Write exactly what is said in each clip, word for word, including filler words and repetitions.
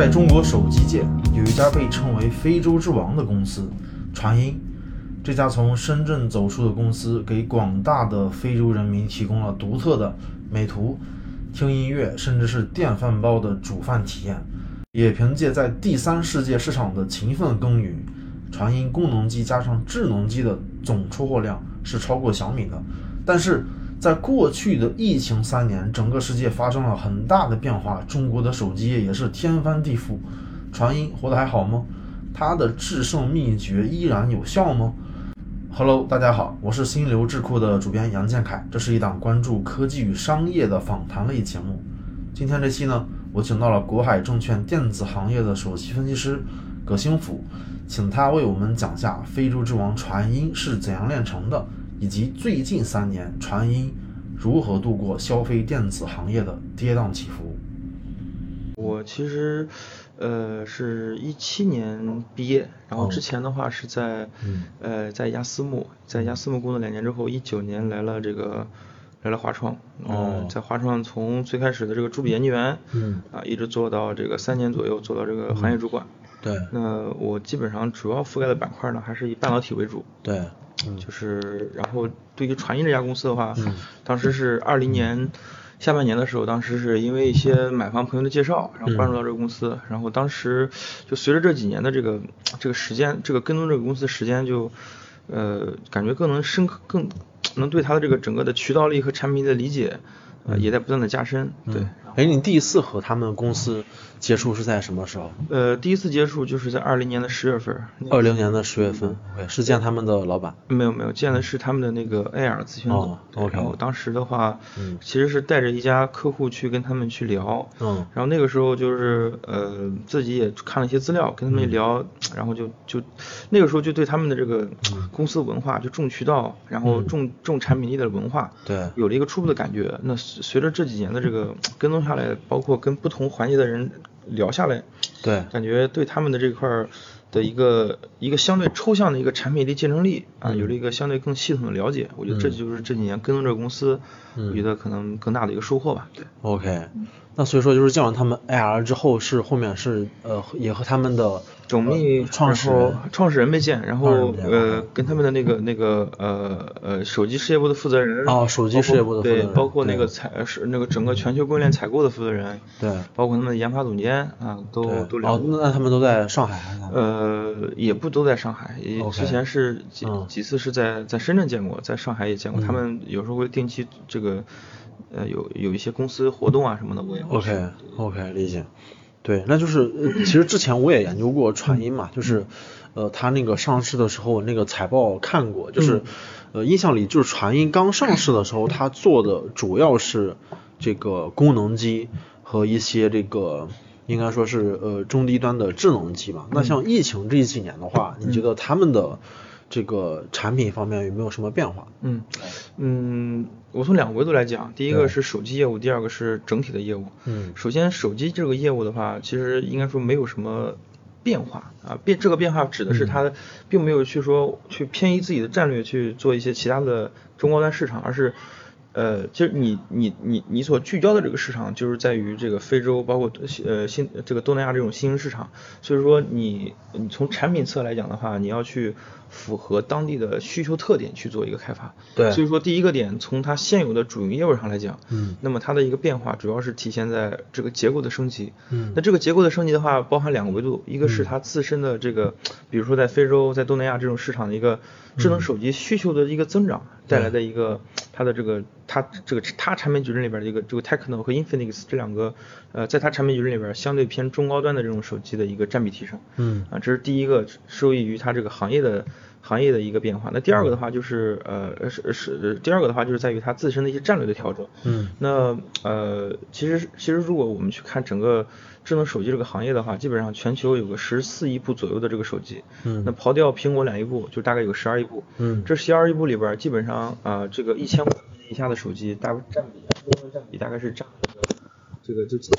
在中国手机界，有一家被称为非洲之王的公司传音。这家从深圳走出的公司，给广大的非洲人民提供了独特的美图、听音乐，甚至是电饭煲的煮饭体验。也凭借在第三世界市场的勤奋耕耘，传音功能机加上智能机的总出货量是超过小米的。但是在过去的疫情三年，整个世界发生了很大的变化，中国的手机业也是天翻地覆。传音活得还好吗？它的制胜秘诀依然有效吗？ Hello， 大家好，我是心流智库的主编杨建凯，这是一档关注科技与商业的访谈类节目。今天这期呢，我请到了国海证券电子行业的首席分析师葛兴甫，请他为我们讲下非洲之王传音是怎样炼成的，以及最近三年传音如何度过消费电子行业的跌宕起伏。 我其实呃是一七年毕业，然后之前的话是在、嗯、呃在雅思木，在雅思木工作两年之后，一九年来了这个来了华创，呃、哦，在华创从最开始的这个助理研究员，嗯啊一直做到这个三年左右，做到这个行业主管。 嗯、对， 那我基本上主要覆盖的板块呢还是以半导体为主。 对， 嗯、就是然后对于传音这家公司的话，嗯、当时是二零年。下半年的时候，当时是因为一些买房朋友的介绍，然后关注到这个公司，嗯、然后当时就随着这几年的这个这个时间，这个跟踪这个公司的时间就，呃，感觉更能深刻，更能对它的这个整个的渠道力和产品的理解，呃，也在不断的加深。对， 哎、嗯，你第一次和他们公司接触是在什么时候？ 呃，第一次接触就是在二零年的十月份。 二零年的十月份，嗯、是见他们的老板？ 没有没有，见的是他们的那个 A R 咨询组。 哦 OK。 然后当时的话，嗯，其实是带着一家客户去跟他们去聊。嗯。然后那个时候就是呃自己也看了一些资料，跟他们聊，嗯、然后就就那个时候就对他们的这个公司文化，就重渠道，然后重、嗯、重产品力的文化， 对， 有了一个初步的感觉。那随着这几年的这个跟踪下来，包括跟不同环节的人聊下来， 对， 感觉对他们的这块的一个一个相对抽象的一个产品力竞争力啊，嗯、有了一个相对更系统的了解。我觉得这就是这几年跟踪这个公司，嗯、我觉得可能更大的一个收获吧。对 ，OK， 那所以说就是见完他们 A R 之后，是后面是呃也和他们的缜密、 呃、创始人创始人没见，然后呃跟他们的那个那个呃呃手机事业部的负责人哦，手机事业部的负责人， 对，包括那个采是那个整个全球供应链采购的负责人， 对， 包括他们的研发总监啊，都都哦，那他们都在上海还是？ 呃，也不都在上海，也 okay, 之前是几、 嗯、 几次是在在深圳见过，在上海也见过，嗯、他们有时候会定期这个呃有有一些公司活动啊什么的，我也会 OK OK 理解。对，那就是、呃、其实之前我也研究过传音嘛，就是呃他那个上市的时候那个财报看过，就是、嗯、呃印象里就是传音刚上市的时候，他做的主要是这个功能机和一些这个应该说是呃中低端的智能机嘛。那像疫情这几年的话，嗯、你觉得他们的这个产品方面有没有什么变化？ 嗯嗯，我从两个维度来讲，第一个是手机业务，第二个是整体的业务。嗯，首先手机这个业务的话，其实应该说没有什么变化啊，变这个变化指的是它并没有去说去偏移自己的战略去做一些其他的中高端市场，而是呃，就是你你你你所聚焦的这个市场就是在于这个非洲，包括呃新这个东南亚这种新兴市场，所以说你你从产品侧来讲的话，你要去符合当地的需求特点去做一个开发。 对， 所以说第一个点，从它现有的主营业务上来讲，嗯，那么它的一个变化主要是体现在这个结构的升级。嗯，那这个结构的升级的话，包含两个维度，一个是它自身的这个，比如说在非洲、在东南亚这种市场的一个智能手机需求的一个增长带来的一个它的这个它这个它产品矩阵里边的一个这个 Tecno 和 Infinix 这两个呃在它产品矩阵里边相对偏中高端的这种手机的一个占比提升。嗯，啊，这是第一个受益于它这个行业的。行业的一个变化。那第二个的话就是呃是是第二个的话就是在于它自身的一些战略的调整。嗯，那呃其实其实如果我们去看整个智能手机这个行业的话，基本上全球有个十四亿部左右的这个手机。嗯，那刨掉苹果两亿部，就大概有十二亿部。嗯，这十二亿部里边基本上啊、呃、这个一千五百块钱以下的手机大占比，占比大概是占这个这个就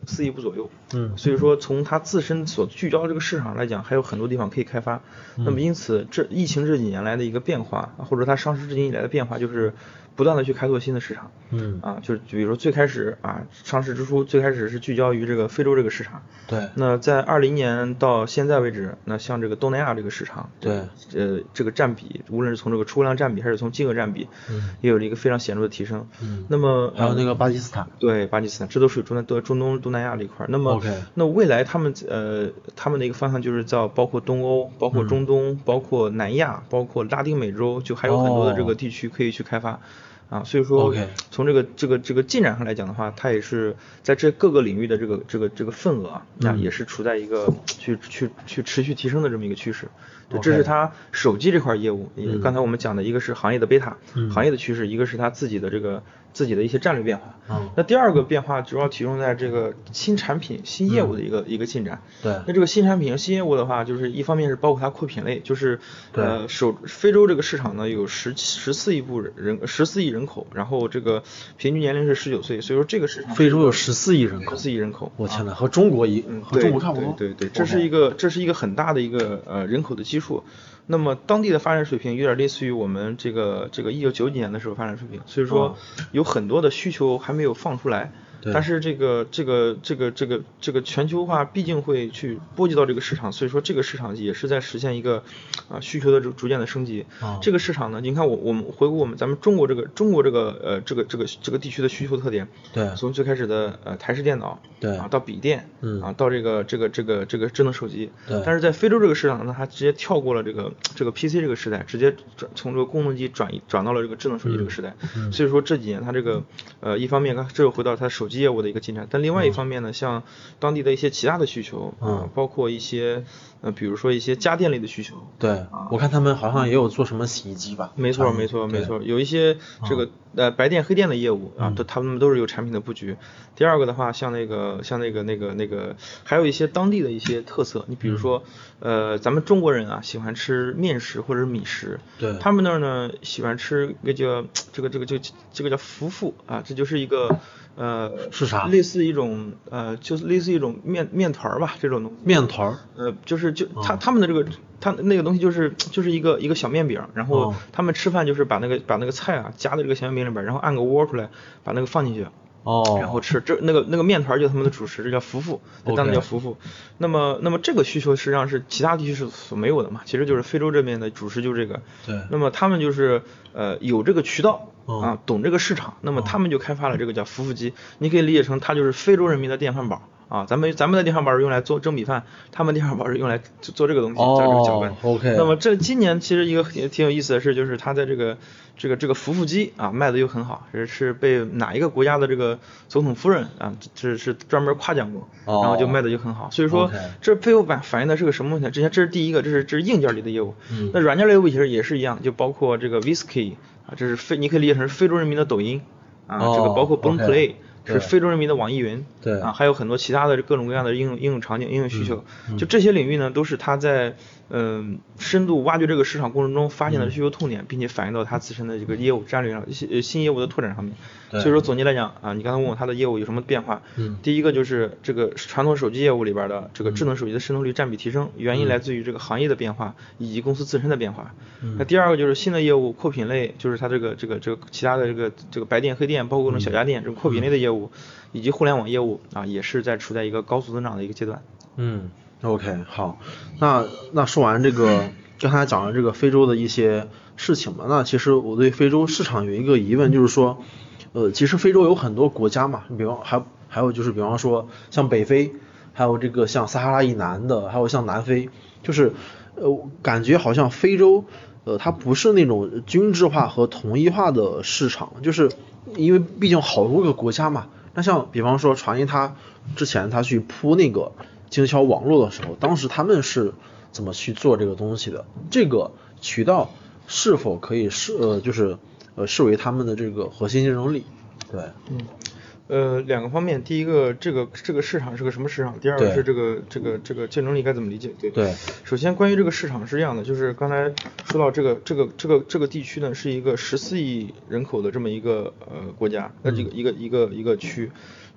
四亿部左右。 嗯， 所以说从它自身所聚焦的这个市场来讲，还有很多地方可以开发。 嗯、 那么因此，这疫情这几年来的一个变化，或者它上市至今以来的变化，就是不断的去开拓新的市场。 嗯， 啊，就是比如说最开始啊，上市之初最开始是聚焦于这个非洲这个市场。 对。 那在二零年到现在为止，那像这个东南亚这个市场， 对， 呃，这个占比，无论是从这个出货量占比还是从金额占比， 嗯， 也有了一个非常显著的提升。 嗯。 那么还有那个巴基斯坦。 对，巴基斯坦，这都属于中南东中东东南亚这一块。那么 ，OK， 那未来他们呃他们的一个方向就是叫包括东欧，包括中东，嗯、包括南亚，包括拉丁美洲，就还有很多的这个地区可以去开发。哦啊，所以说从这个这个这个进展上来讲的话，它也是在这各个领域的这个这个这个份额啊，那也是处在一个去去去持续提升的这么一个趋势。对，这是它手机这块业务。 嗯、 刚才我们讲的一个是行业的贝塔， 嗯、 行业的趋势，一个是它自己的这个自己的一些战略变化。 嗯、 那第二个变化主要体重在这个新产品、新业务的一个、嗯、一个进展。 对。 那这个新产品、新业务的话，就是一方面是包括它扩品类，就是呃，首非洲这个市场呢有十十四亿部人，十四亿人口。然后这个平均年龄是十九岁，所以说这个市场非洲有十四亿人口， 十四亿人口， 我天哪，和中国一、 嗯、 和中国差不多。 对对对，这是一个这是一个很大的一个呃人口的基数。那么当地的发展水平有点类似于我们这个这个一九九几年的时候发展水平，所以说有很多的需求还没有放出来。但是这个这个这个这个这个全球化毕竟会去波及到这个市场，所以说这个市场也是在实现一个啊需求的逐逐渐的升级。 哦、 这个市场呢，你看我我们回顾我们咱们中国这个中国这个呃这个这个这个地区的需求特点， 对， 从最开始的呃台式电脑， 对啊到笔电， 嗯啊到这个这个这个这个智能手机， 对， 但是在非洲这个市场呢，它直接跳过了这个这个 P C 这个时代，直接转从这个功能机转移转到了这个智能手机这个时代。 嗯嗯、 所以说这几年它这个呃一方面这又回到它手机业务的一个进展。但另外一方面呢，嗯、像当地的一些其他的需求， 嗯、 呃，包括一些呃，比如说一些家电类的需求。 对，啊、我看他们好像也有做什么洗衣机吧。 没错，没错，没错，有一些这个、嗯、呃白电黑电的业务啊，都、嗯、他们都是有产品的布局。第二个的话，像那个像那个那个那个，还有一些当地的一些特色，你比如说、嗯、呃，咱们中国人啊喜欢吃面食或者是米食， 对， 他们那儿呢喜欢吃一个叫这个这个这个这个叫福富啊，这就是一个。呃， 是啥？ 类似一种呃，就是类似一种面面团吧，这种东西。 面团。 呃，就是就他、哦、他们的这个，他那个东西就是就是一个一个小面饼，然后他们吃饭就是把那个把那个菜啊夹在这个小面饼里边，然后按个窝出来，把那个放进去。 哦。 然后吃，这那个那个面团就是他们的主食，这叫福富，当地叫福富。那么那么这个需求实际上是其他地区是所没有的嘛，其实就是非洲这边的主食就是这个。 对。 那么他们就是呃有这个渠道。啊，懂这个市场，那么他们就开发了这个叫福富机，你可以理解成它就是非洲人民的电饭煲啊。咱们咱们的电饭煲是用来做蒸米饭，他们电饭煲是用来做这个东西，叫这个搅拌。 OK。 那么这今年其实一个也挺有意思的事，就是它在这个这个这个福富机啊卖的又很好，是是被哪一个国家的这个总统夫人啊，这是专门夸奖过，然后就卖的就很好。所以说这背后反反映的是个什么问题？之前这是第一个，这是这是硬件里的业务。 嗯。 那软件类业务其实也是一样，就包括这个 Whisky。啊，这是非你可以理解成是非洲人民的抖音啊， 哦、 这个包括 Boomplay、 okay, 是非洲人民的网易云， 对啊，还有很多其他的各种各样的应用应用场景、应用需求， 嗯嗯、 就这些领域呢，都是他在嗯、呃、深度挖掘这个市场过程中发现的需求痛点，嗯、并且反映到他自身的这个业务战略上、新新业务的拓展上面。所以说总结来讲啊，你刚才问我他的业务有什么变化， 嗯， 第一个就是这个传统手机业务里边的这个智能手机的渗透率占比提升，嗯、原因来自于这个行业的变化以及公司自身的变化。 嗯、 那第二个就是新的业务扩品类，就是它这个这个这个其他的这个这个白电黑电，包括各种小家电，嗯、这个扩品类的业务，以及互联网业务啊，也是在处在一个高速增长的一个阶段。 嗯 ，OK， 好，那那说完这个刚才讲了这个非洲的一些事情嘛，那其实我对非洲市场有一个疑问，就是说。呃，其实非洲有很多国家嘛，比方还还有就是比方说像北非，还有这个像撒哈拉以南的，还有像南非，就是呃感觉好像非洲呃它不是那种均质化和统一化的市场，就是因为毕竟好多个国家嘛。那像比方说传音他之前他去铺那个经销网络的时候，当时他们是怎么去做这个东西的？这个渠道是否可以视呃就是呃，视为他们的这个核心竞争力。对， 嗯，呃，两个方面，第一个，这个这个市场是个什么市场？第二个是这个这个这个竞争力该怎么理解？对， 对。 首先，关于这个市场是这样的，就是刚才说到这个这个这个这个地区呢，是一个十四亿人口的这么一个呃国家，那这个一个一个一个区。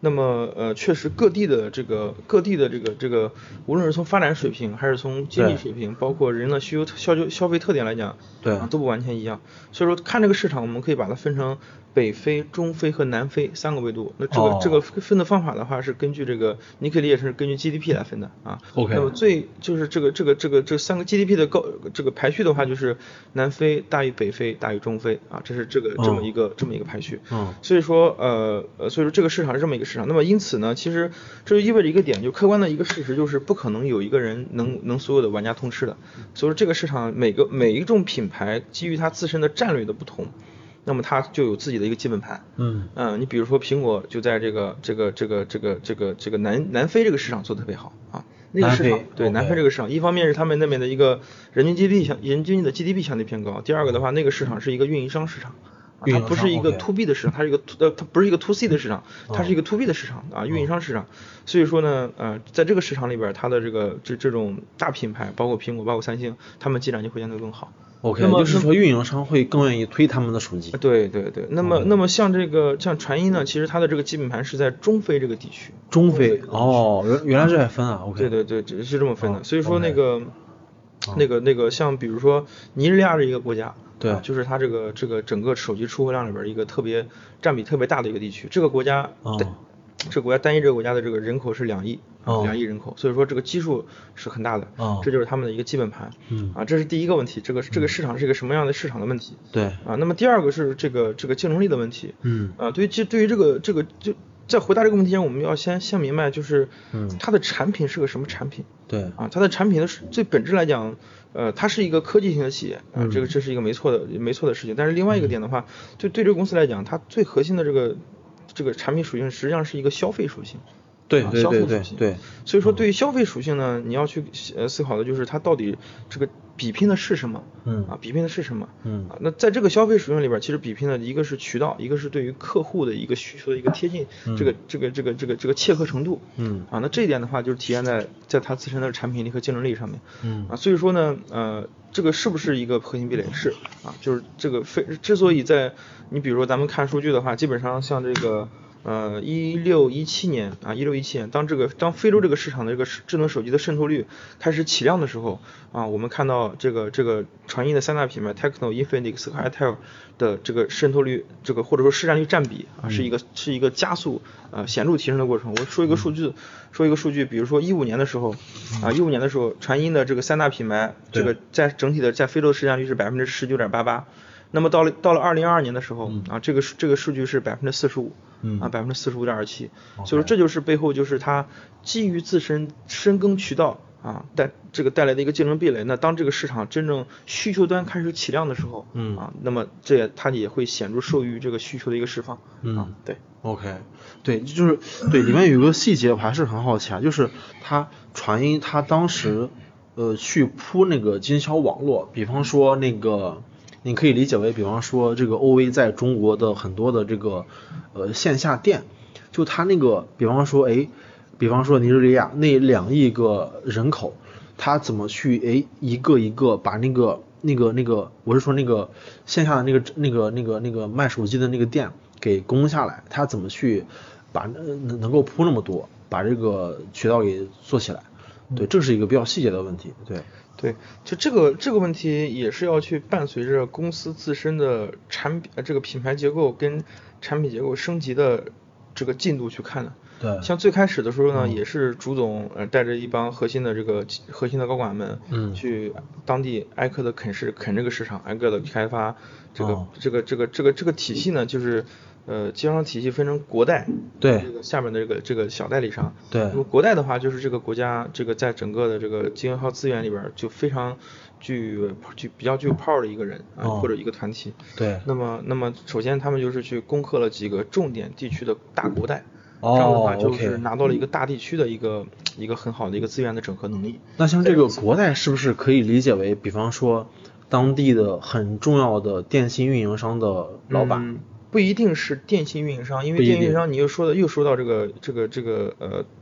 那么呃，确实各地的这个各地的这个这个，无论是从发展水平还是从经济水平，包括人的需求消消消费特点来讲， 对、 啊，都不完全一样。所以说看这个市场，我们可以把它分成北非、中非和南非三个维度。那这个、哦、这个分的方法的话，是根据这个，你可以理解成根据 G D P 来分的啊。 OK。 那么最就是这个这个这个这三个 G D P 的高这个排序的话，就是南非大于北非大于中非啊，这是这个这么一个、嗯、这么一个排序。 嗯。 所以说呃呃，所以说这个市场是这么一个市场。那么因此呢，其实这就意味着一个点，就客观的一个事实，就是不可能有一个人能能所有的玩家通吃的。所以说这个市场每个每一种品牌基于它自身的战略的不同，那么它就有自己的一个基本盘。 嗯嗯，你比如说苹果就在这个这个这个这个这个这个南南非这个市场做得特别好啊。那个市场对南非这个市场，一方面是他们那边的一个人均 G D P 相人均的 G D P 相对偏高，第二个的话，那个市场是一个运营商市场。它不是一个 to B 的市场，它是一个呃，它不是一个 to C 的市场，它是一个 to B 的市场啊，运营商市场。所以说呢，呃，在这个市场里边，它的这个这这种大品牌，包括苹果，包括三星，他们进展就会相对更好。 OK， 那么就是说运营商会更愿意推他们的手机。 对对对，那么、okay. 那么像这个像传音呢，其实它的这个基本盘是在中非这个地区。 中非哦，原原来这还分啊 ？OK。 对对对，只是这么分的。 哦、 所以说那个、 okay. 那个那个像比如说尼日利亚这一个国家。 对、 啊，就是它这个这个整个手机出货量里边一个特别占比特别大的一个地区。这个国家， 哦、 这个国家单一这个国家的这个人口是两亿， 哦、 两亿人口，所以说这个基数是很大的。 哦、 这就是他们的一个基本盘。 嗯， 啊，这是第一个问题，这个这个市场是一个什么样的市场的问题。 对。 啊，那么第二个是这个这个竞争力的问题。 嗯。 啊，对于这对于这个这个就。在回答这个问题前，我们要先先明白，就是它的产品是个什么产品。 对。 啊，它的产品的最本质来讲，呃，它是一个科技型的企业啊、呃，这个这是一个没错的没错的事情。但是另外一个点的话，对对这个公司来讲，它最核心的这个这个产品属性实际上是一个消费属性。 对对对对对。 所以说，对于消费属性呢，你要去呃思考的就是它到底这个比拼的是什么？ 嗯啊，比拼的是什么？ 嗯啊，那在这个消费属性里边，其实比拼的一个是渠道，一个是对于客户的一个需求的一个贴近， 嗯、 这个这个这个这个这个切合程度。 嗯啊，那这一点的话，就是体现在在它自身的产品力和竞争力上面。 嗯啊，所以说呢，呃，这个是不是一个核心壁垒？是啊，就是这个非之所以在你比如说咱们看数据的话，基本上像这个。呃，一六一七年啊，一六一七年，当这个当非洲这个市场的这个智能手机的渗透率开始起量的时候啊，我们看到这个这个传音的三大品牌 Tecno、Infinix 和 Itel 的这个渗透率，这个或者说市占率占比啊，是一个是一个加速呃显著提升的过程。我说一个数据，说一个数据，比如说一五年的时候啊，一五年的时候，传音的这个三大品牌，这个在整体的在非洲的市占率是百分之十九点八八。那么到了到了二零二二年的时候、嗯、啊，这个这个数据是百分之四十五，啊百分之四十五点二七，所以说这就是背后就是它基于自身深耕渠道啊带这个带来的一个竞争壁垒。那当这个市场真正需求端开始起量的时候， 嗯啊，那么这也它也会显著受益于这个需求的一个释放。 嗯， 啊、对 ，OK， 对，就是对里面有个细节我还是很好奇啊，就是它传音它当时呃去铺那个经销网络，比方说那个。你可以理解为，比方说这个 O V 在中国的很多的这个呃线下店，就它那个，比方说哎，比方说尼日利亚那两亿个人口，它怎么去哎一个一个把那个那个那个，我是说那个线下的那个那个那个那个卖手机的那个店给攻下来，它怎么去把能能够铺那么多，把这个渠道给做起来？对，这是一个比较细节的问题，对。 对，就这个这个问题也是要去伴随着公司自身的产品这个品牌结构跟产品结构升级的这个进度去看的。 对， 像最开始的时候呢， 嗯、 也是朱总呃带着一帮核心的这个核心的高管们， 嗯， 去当地挨个的啃市啃这个市场，挨个的开发这个、 哦、 这个这个这个这个体系呢，就是呃经销体系分成国代， 对， 这个下面的这个这个小代理商， 对， 那么国代的话，就是这个国家这个在整个的这个经销资源里边就非常具具比较具有 power 的一个人啊、 哦， 或者一个团体， 对， 那么那么首先他们就是去攻克了几个重点地区的大国代。 哦， 这样的话就是拿到了一个大地区的一个、哦 okay. 一个很好的一个资源的整合能力。 那像这个国代是不是可以理解为，比方说当地的很重要的电信运营商的老板？ 嗯，不一定是电信运营商，因为电信运营商你又说的又说到这个这个这个呃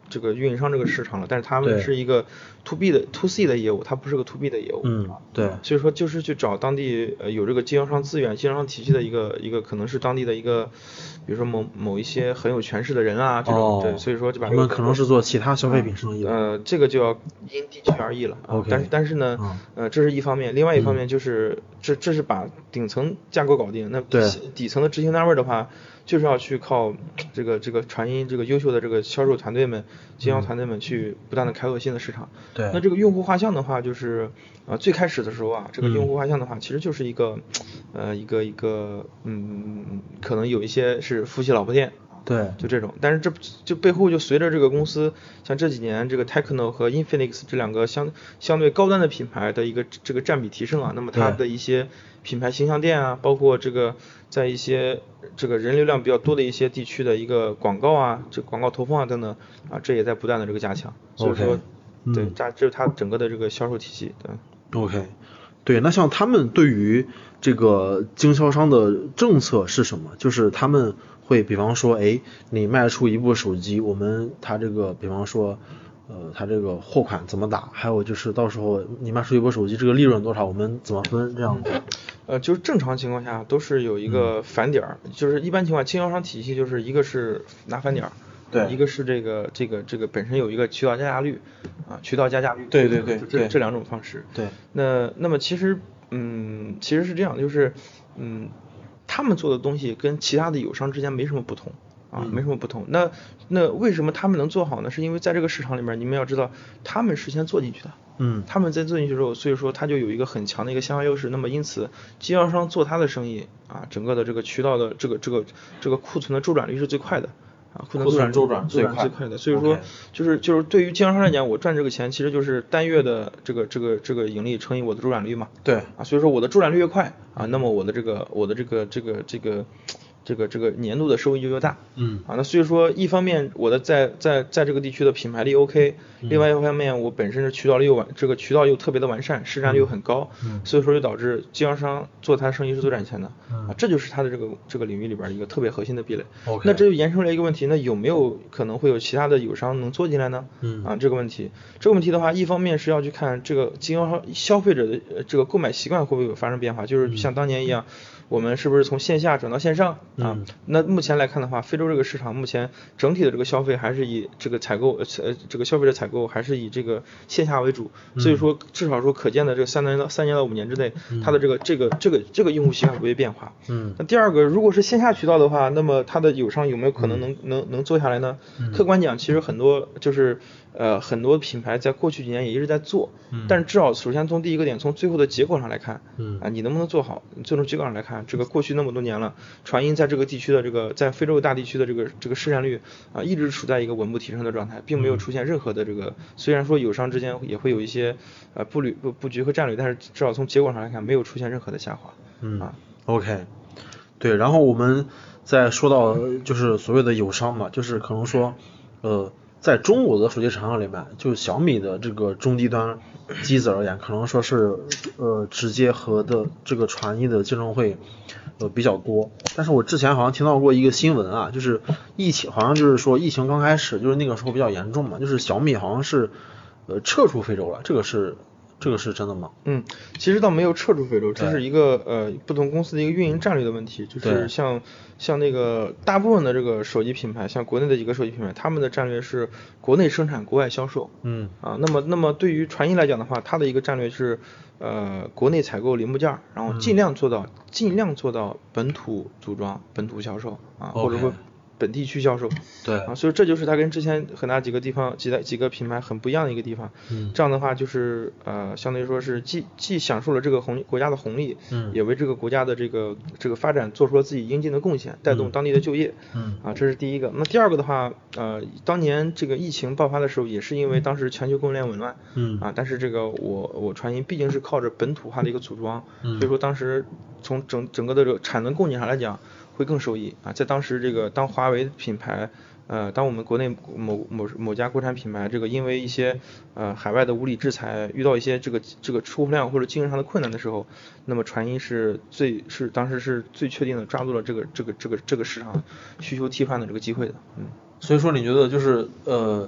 这个运营商这个市场了，但是他们是一个 to B 的 to C 的业务，它不是个 to B 的业务。 嗯，对。 所以说就是去找当地呃有这个经销商资源、经销商体系的一个一个可能是当地的一个，比如说某某一些很有权势的人啊这种， 哦、 对，所以说就把他们可能是做其他消费品生意的。 呃，这个就要因地区而异了。 OK。 但是但是呢， 嗯、 呃，这是一方面，另外一方面就是、嗯、这这是把顶层架构搞定，那底层的执行单位的话。就是要去靠这个这个传音这个优秀的这个销售团队们、经销团队们去不断的开拓新的市场。 对。 那这个用户画像的话，就是呃最开始的时候啊，这个用户画像的话，其实就是一个呃一个一个嗯，可能有一些是夫妻老婆店。 对。 就这种，但是这就背后就随着这个公司像这几年这个 Techno 和 Infinix 这两个相相对高端的品牌的一个这个占比提升啊，那么它的一些品牌形象店啊，包括这个在一些这个人流量比较多的一些地区的一个广告啊，这广告投放啊等等啊，这也在不断的这个加强。所以说， okay, 嗯、 对，这这是它整个的这个销售体系。对。 OK， 对，那像他们对于这个经销商的政策是什么？就是他们会比方说，哎，你卖出一部手机，我们他这个比方说。呃，它这个货款怎么打？还有就是到时候你卖出一部手机，这个利润多少，我们怎么分？这样子。 呃，就是正常情况下都是有一个返点儿、嗯，就是一般情况经销商体系就是一个是拿返点儿， 对， 一个是这个这个这个本身有一个渠道加价率，啊，渠道加价率， 对对对， 这这两种方式。 对。 那那么其实嗯其实是这样，就是嗯他们做的东西跟其他的友商之间没什么不同。啊，没什么不同。那那为什么他们能做好呢？是因为在这个市场里面，你们要知道，他们是先做进去的。 嗯。 他们在做进去之后，所以说他就有一个很强的一个先发优势。那么因此，经销商做他的生意啊，整个的这个渠道的这个这个这个库存的周转率是最快的。啊，库存周转最快最快的。所以说，就是就是对于经销商来讲，我赚这个钱其实就是单月的这个这个这个盈利乘以我的周转率嘛。 对。 啊，所以说我的周转率越快啊，那么我的这个我的这个这个这个。这个这个年度的收益就越大， 嗯啊，那所以说一方面我的在在在这个地区的品牌力 OK，、嗯、另外一方面我本身的渠道力又完，这个渠道又特别的完善，市占率又很高， 嗯， 所以说就导致经销商做他生意是最赚钱的， 嗯、 啊，这就是他的这个这个领域里边一个特别核心的壁垒。 OK， 那这就延伸出来一个问题，那有没有可能会有其他的友商能做进来呢？ 嗯， 啊，这个问题，这个问题的话，一方面是要去看这个经销商消费者的这个购买习惯会不会有发生变化，就是像当年一样。嗯我们是不是从线下转到线上啊？ 嗯、 那目前来看的话，非洲这个市场目前整体的这个消费还是以这个采购呃这个消费者采购还是以这个线下为主， 嗯、 所以说至少说可见的这个三年到三年到五年之内， 嗯、 它的这个这个这个这个用户习惯不会变化。 嗯。 那第二个，如果是线下渠道的话，那么它的友商有没有可能能、嗯、能能做下来呢？ 嗯、 客观讲，其实很多就是呃很多品牌在过去几年也一直在做， 嗯、 但是至少首先从第一个点，从最后的结果上来看， 嗯啊你能不能做好？最终结果上来看，这个过去那么多年了，传音在这个地区的这个在非洲大地区的这个这个市占率啊，一直处在一个稳步提升的状态，并没有出现任何的这个，嗯、虽然说友商之间也会有一些呃布局布布局和战略，但是至少从结果上来看，没有出现任何的下滑。 嗯啊 ，OK， 对，然后我们再说到就是所谓的友商嘛，就是可能说呃。在中国的手机厂商里面，就小米的这个中低端机子而言，可能说是呃直接和的这个传音的竞争会呃比较多。但是我之前好像听到过一个新闻啊，就是疫情好像就是说疫情刚开始，就是那个时候比较严重嘛，就是小米好像是呃撤出非洲了，这个是这个是真的吗？ 嗯，其实倒没有撤出非洲，这是一个呃不同公司的一个运营战略的问题，就是像像那个大部分的这个手机品牌，像国内的几个手机品牌，他们的战略是国内生产，国外销售。 嗯啊，那么那么对于传音来讲的话，它的一个战略是呃国内采购零部件，然后尽量做到、嗯、尽量做到本土组装、本土销售啊， okay. 或者说本地区销售。 对啊，所以这就是它跟之前很大几个地方几几个品牌很不一样的一个地方。 嗯， 这样的话就是呃相当于说是既既享受了这个红国家的红利， 嗯， 也为这个国家的这个这个发展做出了自己应尽的贡献，带动当地的就业。 嗯， 啊，这是第一个。那第二个的话，呃，当年这个疫情爆发的时候，也是因为当时全球供应链紊乱。 嗯， 啊，但是这个我我传音毕竟是靠着本土化的一个组装， 嗯， 所以说当时从整整个的这个产能供给上来讲。会更受益啊！在当时这个当华为品牌，呃，当我们国内某某某家国产品牌这个因为一些呃海外的无理制裁，遇到一些这个这个出货量或者经营上的困难的时候，那么传音是最是当时是最确定的抓住了这个这个这个这个市场需求替换的这个机会的。嗯， 所以说你觉得就是呃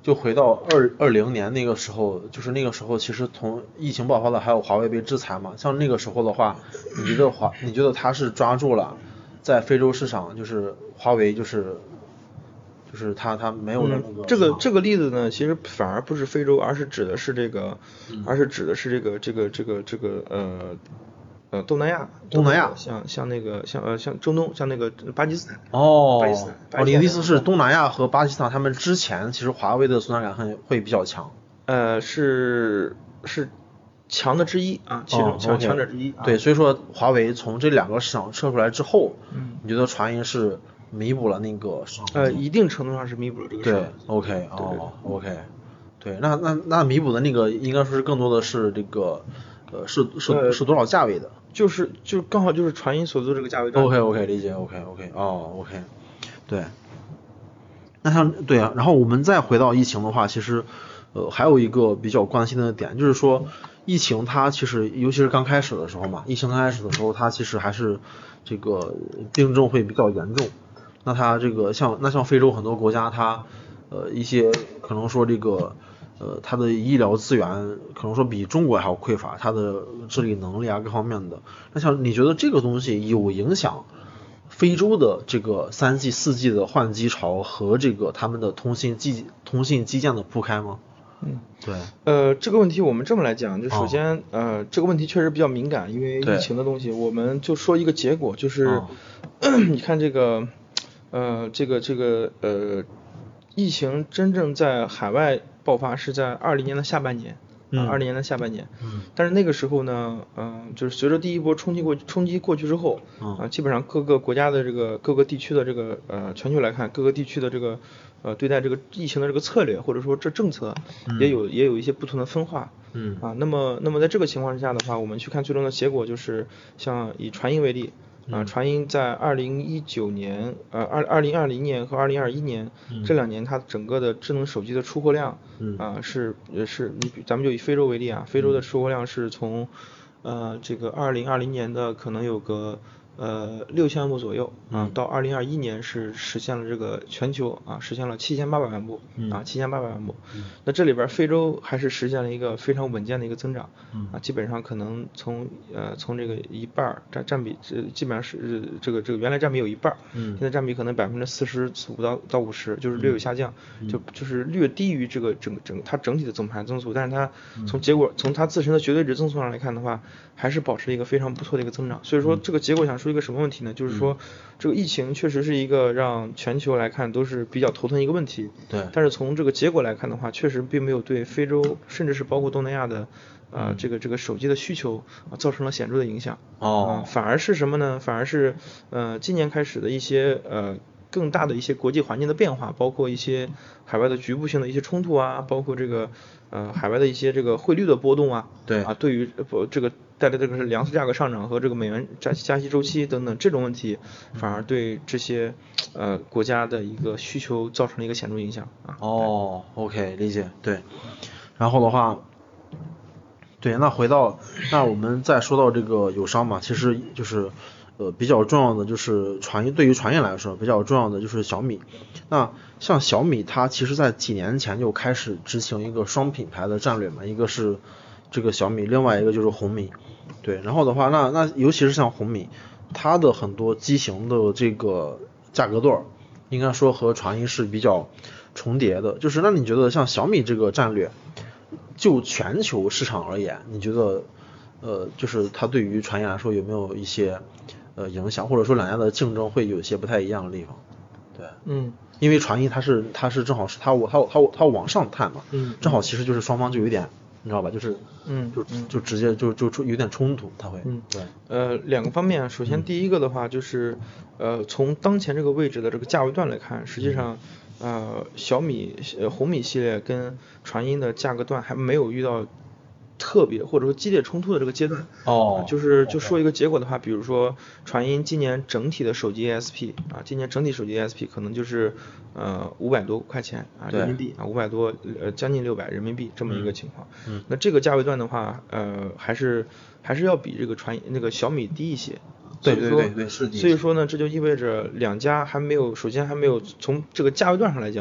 就回到二二零年那个时候，就是那个时候其实从疫情爆发的还有华为被制裁嘛，像那个时候的话，你觉得华你觉得他是抓住了在非洲市场，就是华为就是就是他他没有了那个、 嗯、这个这个例子呢，其实反而不是非洲，而是指的是这个， 嗯、 而是指的是这个这个这个这个呃呃东南亚， 东南亚像像那个像呃像中东，像那个巴基斯坦。 哦， 巴基斯坦。 哦，你的意思是东南亚和巴基斯坦他们之前其实华为的存在感会会比较强？ 呃，是是强的之一啊，其中强、 哦、 强者之一、 啊。对，所以说华为从这两个市场撤出来之后， 嗯， 你觉得传音是弥补了那个？ 呃，一定程度上是弥补了这个。 对 ，OK， 哦 ，OK， 对，那那那弥补的那个应该说是更多的是这个，呃，是是、呃、是多少价位的？ 就是就刚好就是传音所做这个价位段。 OK OK 理解 OK OK 哦 OK， 对。那像对啊，然后我们再回到疫情的话，其实呃还有一个比较关心的点，就是说疫情它其实尤其是刚开始的时候嘛，疫情刚开始的时候它其实还是这个病症会比较严重。那它这个像那像非洲很多国家它呃一些可能说这个呃它的医疗资源可能说比中国还要匮乏，它的治理能力啊各方面的。那像你觉得这个东西有影响非洲的这个三 G 四 G 的换机潮和这个他们的通信基通信基建的铺开吗？ 嗯， 对。 呃，这个问题我们这么来讲，就首先、哦、呃这个问题确实比较敏感，因为疫情的东西，我们就说一个结果，就是、哦、你看这个呃这个这个呃疫情真正在海外爆发是在二零年的下半年。啊，二零年的下半年， 嗯， 但是那个时候呢，嗯、呃，就是随着第一波冲击过冲击过去之后，啊、呃，基本上各个国家的这个各个地区的这个呃全球来看，各个地区的这个呃对待这个疫情的这个策略或者说这政策也有、嗯、也有一些不同的分化， 嗯， 啊，那么那么在这个情况之下的话，我们去看最终的结果，就是像以传音为例。啊，传音在二零一九年，呃，二二零二零年和二零二一年、嗯、这两年，它整个的智能手机的出货量， 嗯、 啊是是，你咱们就以非洲为例啊，非洲的出货量是从，呃，这个二零二零年的可能有个呃六千万部左右啊，到二零二一年是实现了这个全球啊实现了七千八百万部啊七千八百万部，那这里边非洲还是实现了一个非常稳健的一个增长啊，基本上可能从呃从这个一半占占比这基本上是这个这个原来占比有一半，现在占比可能百分之四十五到到五十，就是略有下降，就就是略低于这个整整它整体的总盘增速，但是它从结果从它自身的绝对值增速上来看的话，还是保持了一个非常不错的一个增长，所以说这个结果想说一个什么问题呢？就是说这个疫情确实是一个让全球来看都是比较头疼一个问题。 对。 但是从这个结果来看的话，确实并没有对非洲甚至是包括东南亚的呃这个这个手机的需求啊造成了显著的影响。 哦。 呃、反而是什么呢？反而是呃今年开始的一些呃更大的一些国际环境的变化，包括一些海外的局部性的一些冲突啊，包括这个呃海外的一些这个汇率的波动啊。 对。 啊，对于不这个。带来这个是粮食价格上涨和这个美元加加息周期等等这种问题，反而对这些呃国家的一个需求造成了一个显著影响啊。 哦 ，OK， 理解，对。然后的话，对，那回到那我们再说到这个友商嘛，其实就是呃比较重要的就是传音，对于传音来说比较重要的就是小米。那像小米，它其实在几年前就开始执行一个双品牌的战略嘛，一个是这个小米，另外一个就是红米。对，然后的话，那那尤其是像红米，它的很多机型的这个价格段，应该说和传音是比较重叠的。就是那你觉得像小米这个战略，就全球市场而言，你觉得呃，就是它对于传音来说有没有一些呃影响，或者说两家的竞争会有一些不太一样的地方？对， 嗯， 因为传音它是它是正好是它我它它它往上探嘛， 嗯， 正好其实就是双方就有点。你知道吧？就是， 嗯， 就就直接就就出有点冲突，它会， 嗯， 对， 呃，两个方面，首先第一个的话就是，嗯、呃，从当前这个位置的这个价位段来看，实际上，呃，小米、呃红米系列跟传音的价格段还没有遇到特别或者说激烈冲突的这个阶段。 哦， 就是就说一个结果的话，比如说传音今年整体的手机 A S P 啊，今年整体手机 A S P 可能就是呃五百多块钱啊人民币啊五百多呃将近六百人民币这么一个情况。 嗯， 那这个价位段的话，呃还是还是要比这个传那个小米低一些。 对对对对，是的。 所以说呢，这就意味着两家还没有，首先还没有从这个价位段上来讲，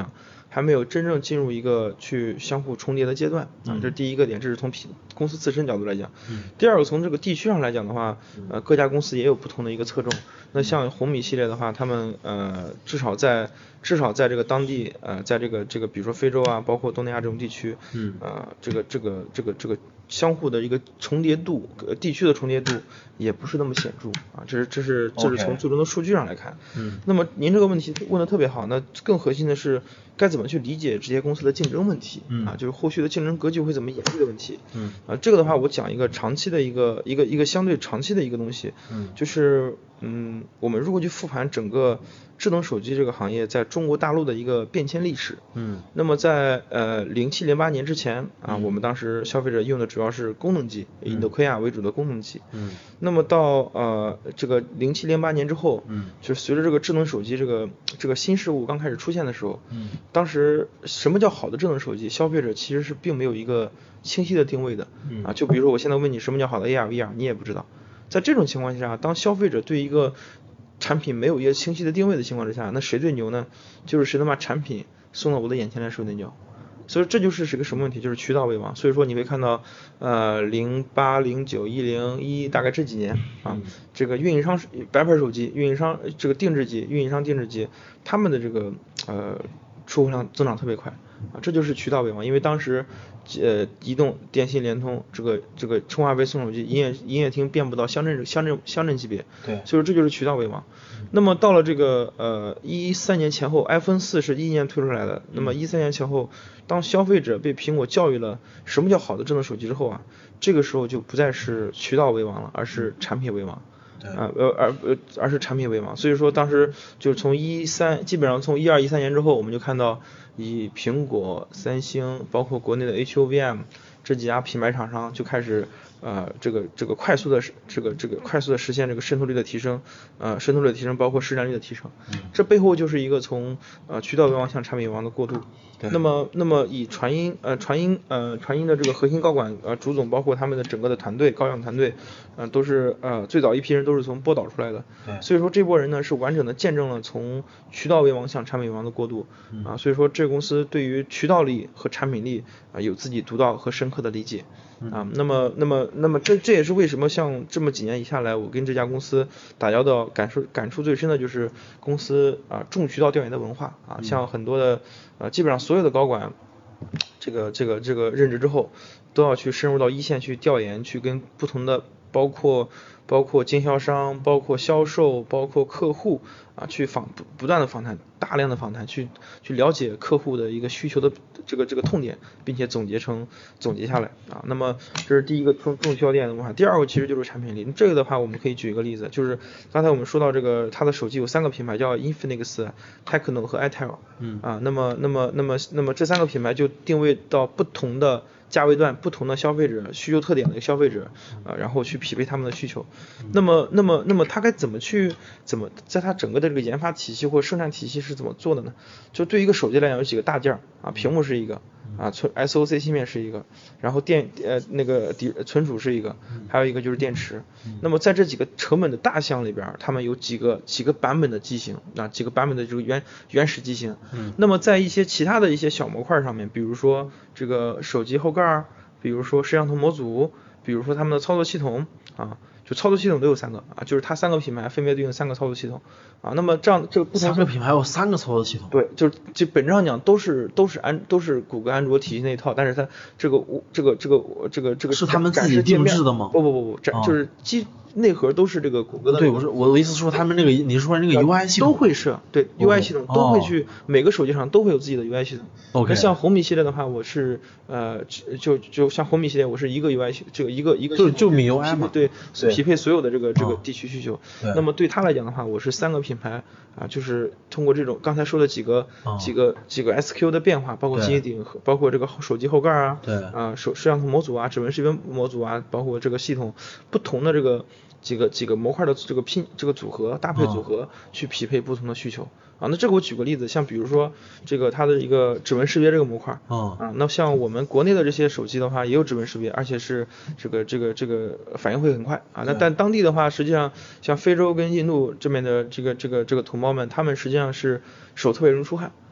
还没有真正进入一个去相互重叠的阶段啊，这是第一个点，这是从公司自身角度来讲。 嗯、 第二个从这个地区上来讲的话，呃，各家公司也有不同的一个侧重。那像红米系列的话，他们呃至少在至少在这个当地呃，在这个这个比如说非洲啊，包括东南亚这种地区， 嗯， 呃，这个这个这个这个相互的一个重叠度，呃，地区的重叠度也不是那么显著啊，这是这是这是从最终的数据上来看。 嗯， 那么您这个问题问的特别好，那更核心的是该怎么去理解这些公司的竞争问题， 嗯啊，就是后续的竞争格局会怎么演绎的问题。 嗯， 啊，这个的话我讲一个长期的一个一个一个相对长期的一个东西， 嗯， 就是嗯，我们如果去复盘整个智能手机这个行业在中国大陆的一个变迁历史， 嗯， 那么在呃零七零八年之前啊， 嗯、 我们当时消费者用的主要是功能机，以诺基亚为主的功能机， 嗯， 那么到呃这个零七零八年之后， 嗯， 就随着这个智能手机这个这个新事物刚开始出现的时候， 嗯， 当时什么叫好的智能手机，消费者其实是并没有一个清晰的定位的， 嗯、 啊，就比如说我现在问你什么叫好的 A R V R， 你也不知道，在这种情况下，当消费者对一个产品没有一个清晰的定位的情况之下，那谁最牛呢？就是谁能把产品送到我的眼前来谁最牛。所以这就是是个什么问题？就是渠道为王。所以说你会看到，呃，零八、零九、一零、一大概这几年啊， 嗯、 这个运营商白牌手机、运营商这个定制机、运营商定制机，他们的这个呃出货量增长特别快啊，这就是渠道为王。因为当时呃移动、电信、联通这个这个充话费送手机，营业营业厅遍布到乡镇乡镇乡镇级别， 对， 所以说这就是渠道为王。那么到了这个呃一三年前后 ，iPhone 四是一年推出来的。那么一三年前后，当消费者被苹果教育了什么叫好的智能手机之后啊，这个时候就不再是渠道为王了，而是产品为王。啊呃而呃而是产品为王。所以说当时就从一三基本上从一二一三年之后，我们就看到以苹果、三星，包括国内的 H O V M 这几家品牌厂商就开始。呃，这个这个快速的这个这个快速的实现这个渗透率的提升，呃，渗透率的提升，包括市占率的提升， 嗯、 这背后就是一个从呃渠道为王向产品为王的过渡。那么，那么以传音呃传音呃传音的这个核心高管呃朱总，包括他们的整个的团队高养团队，呃都是呃最早一批人都是从波导出来的。 对。 所以说这波人呢是完整的见证了从渠道为王向产品为王的过渡。 嗯、 啊，所以说这个公司对于渠道力和产品力啊、呃、有自己独到和深刻的理解。啊，那么，那么，那么这这也是为什么像这么几年一下来，我跟这家公司打交道，感受感触最深的就是公司啊重渠道调研的文化啊，像很多的呃基本上所有的高管，这个这个这个任职之后，都要去深入到一线去调研，去跟不同的包括包括经销商、包括销售、包括客户啊去访不不断的访谈，大量的访谈，去去了解客户的一个需求的这个这个痛点，并且总结成总结下来啊。那么这是第一个重重渠道调研的文化。第二个其实就是产品力。这个的话，我们可以举一个例子，就是刚才我们说到这个它的手机有三个品牌，叫 Infinix、Tecno 和 itel。 嗯啊，那么那么那么那么这三个品牌就定位到不同的价位段、不同的消费者需求特点的一个消费者，啊，然后去匹配他们的需求。那么，那么，那么它该怎么去怎么在它整个的这个研发体系或生产体系是怎么做的呢？就对于一个手机来讲，有几个大件啊，屏幕是一个啊，存 S O C 芯片是一个，然后电呃那个底存储是一个，还有一个就是电池。那么在这几个成本的大项里边，他们有几个几个版本的机型啊，几个版本的这个原原始机型。 嗯。 那么在一些其他的一些小模块上面，比如说这个手机后盖，比如说摄像头模组，比如说他们的操作系统啊，就操作系统都有三个啊，就是它三个品牌分别对应三个操作系统啊。那么这样这个不同三个品牌有三个操作系统。 对，就是就本质上讲都是都是安都是谷歌安卓体系那一套，但是它这个这个这个这个这个是他们自己定制的吗？ 不不不不，这、啊、就是基内核都是这个谷歌的。 对，我是我的意思是说他们这个你是说那个 U I 系统都会设，对 U I 系统都会去、 哦、 每个手机上都会有自己的 U I 系统。 OK。 那像红米系列的话，我是呃就就像红米系列，我是一个 U I 系这个一个一个就就米 U I 嘛， 对，匹配所有的这个这个哦、 地区需求。那么对他来讲的话，我是三个品牌啊，就是通过这种刚才说的几个、 哦、 几个几个 S Q 的变化，包括机顶，包括这个手机后盖啊， 对啊手摄像头模组啊，指纹识别模组啊，包括这个系统不同的这个几个几个模块的这个拼这个组合搭配组合、哦、去匹配不同的需求啊。那这个我举个例子，像比如说这个它的一个指纹识别这个模块、 哦、 啊，那像我们国内的这些手机的话也有指纹识别，而且是这个这个这个反应会很快啊。那但当地的话，实际上像非洲跟印度这边的这个这个这个同胞们，他们实际上是手特别容易出汗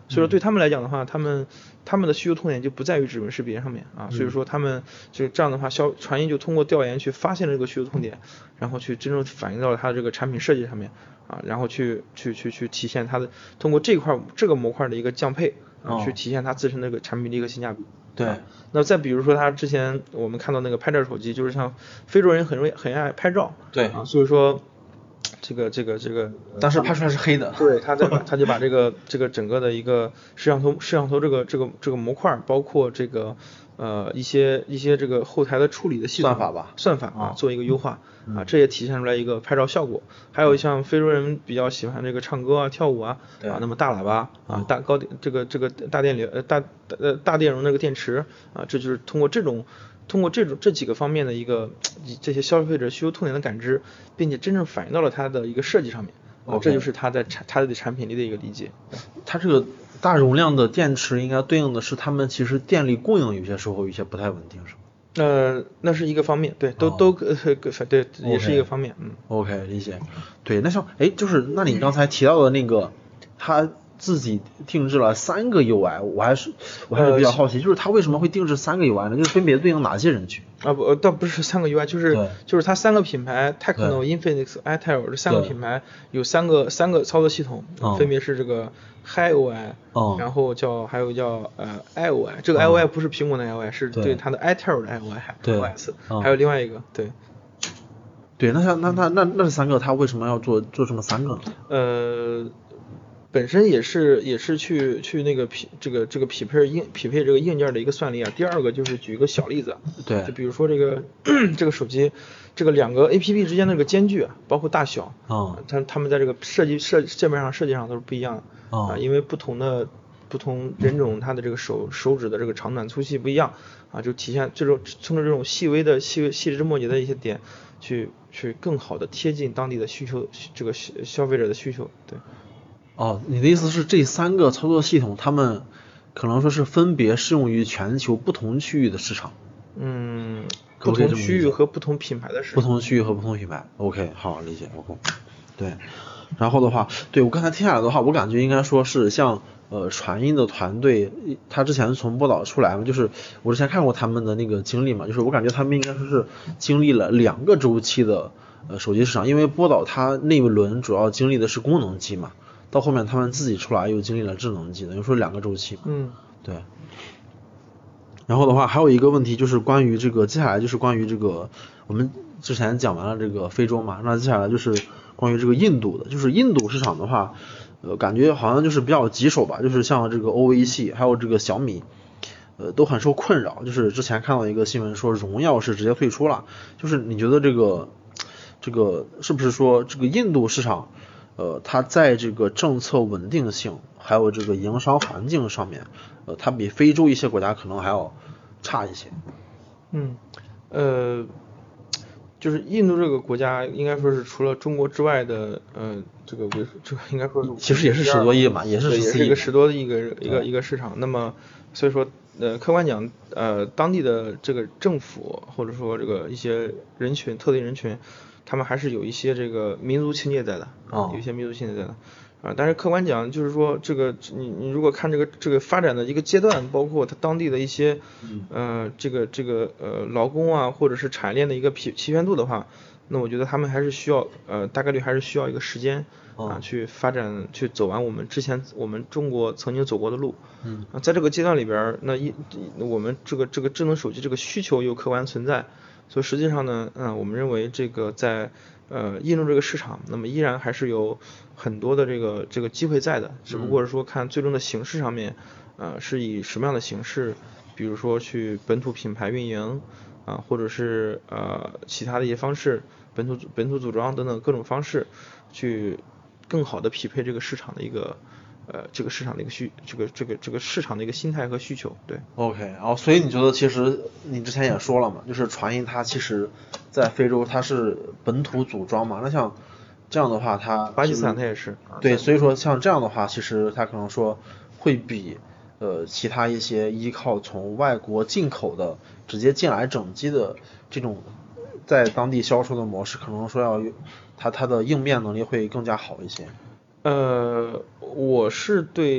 所以说对他们来讲的话，他们他们的需求痛点就不在于指纹识别上面啊，所以说他们就这样的话，消传音就通过调研去发现了这个需求痛点，然后去真正反映到了它的这个产品设计上面啊，然后去去去去体现它的通过这块这个模块的一个降配啊， 哦、 去体现它自身的一个产品的一个性价比。 对、 啊，那再比如说他之前我们看到那个拍照手机，就是像非洲人很容易很爱拍照， 对啊，所以说这个这个这个， 但是拍出来是黑的， 对，他在他就把这个这个整个的一个摄像头摄像头这个这个这个模块，包括这个呃一些一些这个后台的处理的系统算法吧， 算法啊，做一个优化。啊， 嗯、 这也体现出来一个拍照效果。还有像非洲人比较喜欢这个唱歌啊、跳舞啊，啊，那么大喇叭啊、大高电这个这个大电流呃大呃大电容那个电池啊，这就是通过这种通过这种这几个方面的一个这些消费者需求痛点的感知，并且真正反映到了它的一个设计上面。啊， okay. 这就是它在产它的产品力的一个理解。 它这个大容量的电池应该对应的是他们其实电力供应有些时候有些不太稳定，是吗？ 呃，那是一个方面，对，都、哦、都呃对，也是一个方面，嗯。 OK， 理解。对，那像哎，就是那你刚才提到的那个，他自己定制了三个 U I， 我还是我还是比较好奇，呃、就是他为什么会定制三个 U I 呢？就是分别对应哪些人群？ 啊不，倒不是三个 U I， 就是就是它三个品牌 Tecno、Infinix、itel 这三个品牌有三个三个操作系统，分别是这个 Hi O I，、哦、然后叫还有叫呃 I O I， 这个 I O I 不是苹果的 I O I，、哦、是对它的 itel 的 I O I，O S，、哦、还有另外一个对。 对，那像那那那那这三个，它为什么要做做这么三个呢？ 呃。本身也是也是去去那个匹这个这个匹配硬匹配这个硬件的一个算力啊。第二个就是举一个小例子， 对， 就比如说这个这个手机这个两个 A P P 之间的这个间距啊，包括大小啊， 它它们在这个设计设界面上设计上都是不一样的啊，因为不同的不同人种它的这个手手指的这个长短粗细不一样啊，就体现这种从这种细微的细细枝末节的一些点去去更好的贴近当地的需求，这个消费者的需求，对。 哦，你的意思是这三个操作系统，它们可能说是分别适用于全球不同区域的市场？ 嗯，不同区域和不同品牌的市场。 不同区域和不同品牌 ，OK， 好理解 ，OK， 对。然后的话，对我刚才听下来的话，我感觉应该说是像呃传音的团队，他之前从波导出来嘛，就是我之前看过他们的那个经历嘛，就是我感觉他们应该说是经历了两个周期的呃手机市场，因为波导它那一轮主要经历的是功能机嘛。到后面他们自己出来又经历了智能机，等于说两个周期。 嗯， 对。然后的话还有一个问题就是关于这个，接下来就是关于这个，我们之前讲完了这个非洲嘛，那接下来就是关于这个印度的，就是印度市场的话，呃，感觉好像就是比较棘手吧，就是像这个O V系还有这个小米，呃，都很受困扰。就是之前看到一个新闻说荣耀是直接退出了，就是你觉得这个这个是不是说这个印度市场？呃，它在这个政策稳定性还有这个营商环境上面，呃，它比非洲一些国家可能还要差一些。 嗯，呃，就是印度这个国家应该说是除了中国之外的，呃，这个为这个应该说是其实也是十多亿嘛，也是也是一个十多的一个一个一个市场。那么所以说，呃，客观讲，呃，当地的这个政府或者说这个一些人群特定人群。他们还是有一些这个民族情节在的啊，有一些民族情节在的啊。但是客观讲，就是说这个你你如果看这个这个发展的一个阶段，包括它当地的一些呃这个这个呃劳工啊，或者是产业链的一个齐齐全度的话，那我觉得他们还是需要呃大概率还是需要一个时间啊去发展去走完我们之前我们中国曾经走过的路。 嗯啊，在这个阶段里边，那一我们这个这个智能手机这个需求又客观存在。所以实际上呢，嗯，我们认为这个在呃印度这个市场，那么依然还是有很多的这个这个机会在的，只不过是说看最终的形式上面，呃，是以什么样的形式，比如说去本土品牌运营啊，或者是呃其他的一些方式，本土本土组装等等各种方式，去更好的匹配这个市场的一个。呃，这个市场的一个需，这个这个这个市场的一个心态和需求，对。 OK， 然后所以你觉得其实你之前也说了嘛，就是传音它其实在非洲它是本土组装嘛，那像这样的话它巴基斯坦它也是。 对，所以说像这样的话，其实它可能说会比呃其他一些依靠从外国进口的直接进来整机的这种在当地销售的模式，可能说要它它的应变能力会更加好一些。 呃，我是对呃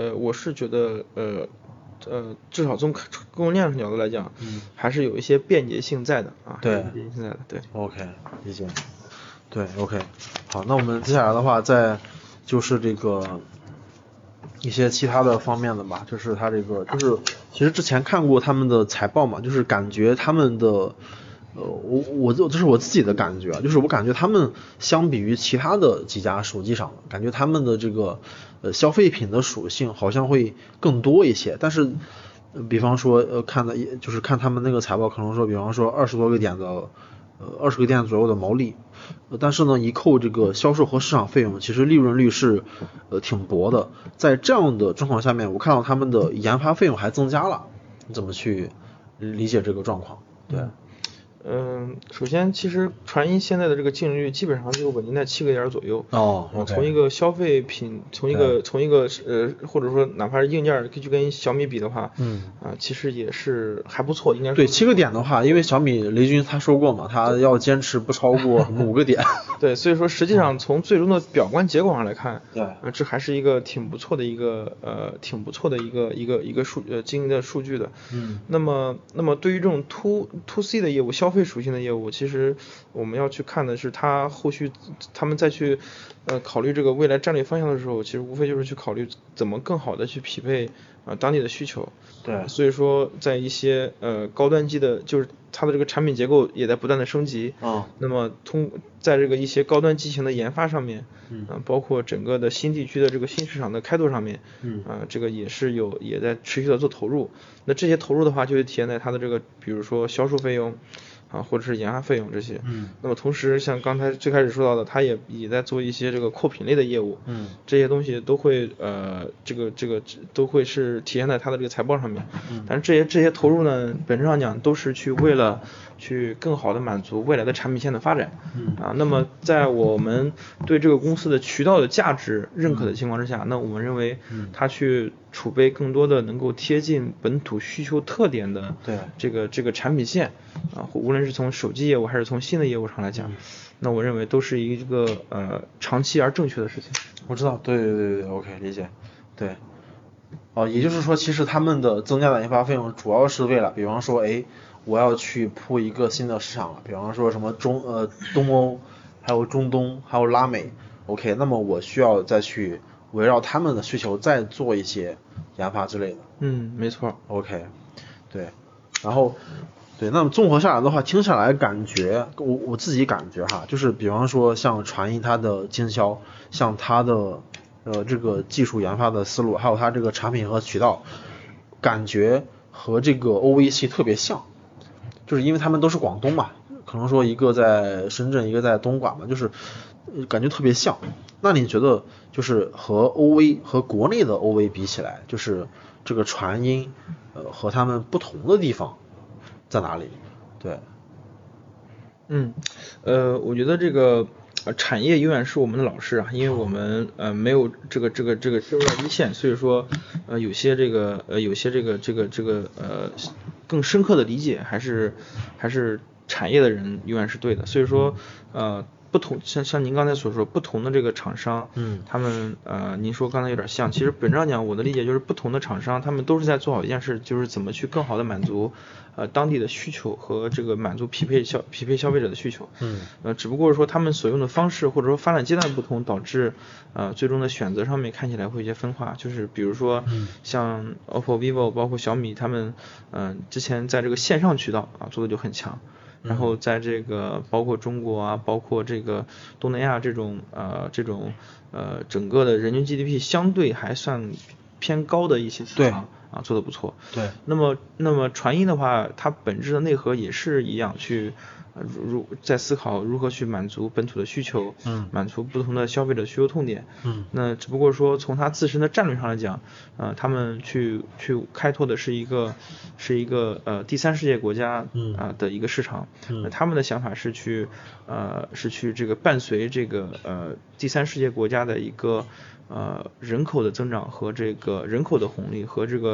呃，我是觉得呃呃，至少从供应链角度来讲， 嗯， 还是有一些便捷性在的啊， 对， 便捷性在的，对。 OK， 理解。对 ，OK， 好，那我们接下来的话，再就是这个一些其他的方面的吧，就是它这个，就是其实之前看过他们的财报嘛，就是感觉他们的，呃，我我这是我自己的感觉啊，就是我感觉他们相比于其他的几家手机厂，感觉他们的这个呃消费品的属性好像会更多一些，但是。比方说，呃，看的就是看他们那个财报，可能说，比方说二十多个点的，呃，二十个点左右的毛利，呃，但是呢，一扣这个销售和市场费用，其实利润率是，呃，挺薄的。在这样的状况下面，我看到他们的研发费用还增加了，你怎么去理解这个状况？对。 嗯，首先，其实传音现在的这个净利率基本上就稳定在七个点左右。 哦、okay 从一个消费品，从一个从一个呃，或者说哪怕是硬件，去跟小米比的话， 嗯， 啊、呃，其实也是还不错，应该是。 对，七个点的话，因为小米雷军他说过嘛，他要坚持不超过五个点。 对，所以说实际上从最终的表观结果上来看， 对， 呃，这还是一个挺不错的一个呃，挺不错的一个一个一个数呃经营的数据的。 嗯。 那么，那么对于这种 to to C 的业务，消费属性的业务，其实我们要去看的是它后续他们再去呃考虑这个未来战略方向的时候，其实无非就是去考虑怎么更好的去匹配啊、呃、当地的需求。 对。 所以说在一些呃高端机的，就是它的这个产品结构也在不断的升级。 嗯。 那么通在这个一些高端机型的研发上面， 嗯、 呃，包括整个的新地区的这个新市场的开拓上面， 嗯， 啊、呃，这个也是有也在持续的做投入。那这些投入的话，就会体现在它的这个，比如说销售费用。啊，或者是研发费用这些， 嗯， 那么同时像刚才最开始说到的，它也也在做一些这个扩品类的业务， 嗯， 这些东西都会呃，这个这个都会是体现在它的这个财报上面， 嗯， 但是这些这些投入呢，本质上讲都是去为了去更好的满足未来的产品线的发展， 嗯， 啊，那么在我们对这个公司的渠道的价值认可的情况之下，嗯、那我们认为它去储备更多的能够贴近本土需求特点的对这个这个产品线啊，无论是从手机业务还是从新的业务上来讲，那我认为都是一个呃长期而正确的事情。 我知道，对对对对 ，OK， 理解，对，哦，也就是说，其实他们的增加的研发费用主要是为了，比方说，哎，我要去铺一个新的市场了，比方说什么中呃东欧，还有中东，还有拉美 ，OK， 那么我需要再去围绕他们的需求再做一些研发之类的。 嗯，没错。 OK， 对，然后。对，那么综合下来的话，听下来感觉我我自己感觉哈，就是比方说像传音它的经销，像它的呃这个技术研发的思路，还有它这个产品和渠道，感觉和这个 O V 系特别像，就是因为他们都是广东嘛，可能说一个在深圳，一个在东莞嘛，就是感觉特别像。那你觉得就是和 O V 和国内的 O V 比起来，就是这个传音呃和他们不同的地方在哪里？对， 嗯，呃，我觉得这个呃产业永远是我们的老师啊，因为我们呃没有这个这个这个深入到一线，所以说呃有些这个呃有些这个这个这个呃更深刻的理解还是还是产业的人永远是对的，所以说呃。不同像像您刚才所说，不同的这个厂商， 嗯， 他们呃，您说刚才有点像，其实本质上讲，我的理解就是不同的厂商，他们都是在做好一件事，就是怎么去更好的满足呃当地的需求和这个满足匹配消匹配消费者的需求， 嗯，呃， 只不过是说他们所用的方式或者说发展阶段不同，导致呃最终的选择上面看起来会有些分化，就是比如说像 O P P O、vivo 包括小米，他们嗯、呃、之前在这个线上渠道啊做的就很强。然后在这个包括中国啊，包括这个东南亚这种呃这种呃整个的人均 G D P 相对还算偏高的一些市场啊做得不错。 对。 那么那么传音的话，它本质的内核也是一样去。呃，如在思考如何去满足本土的需求， 嗯， 满足不同的消费者需求痛点， 嗯， 那只不过说从它自身的战略上来讲，呃，他们去去开拓的是一个是一个呃第三世界国家，嗯啊、呃、的一个市场， 嗯， 那他们的想法是去呃是去这个伴随这个呃第三世界国家的一个呃人口的增长和这个人口的红利和这个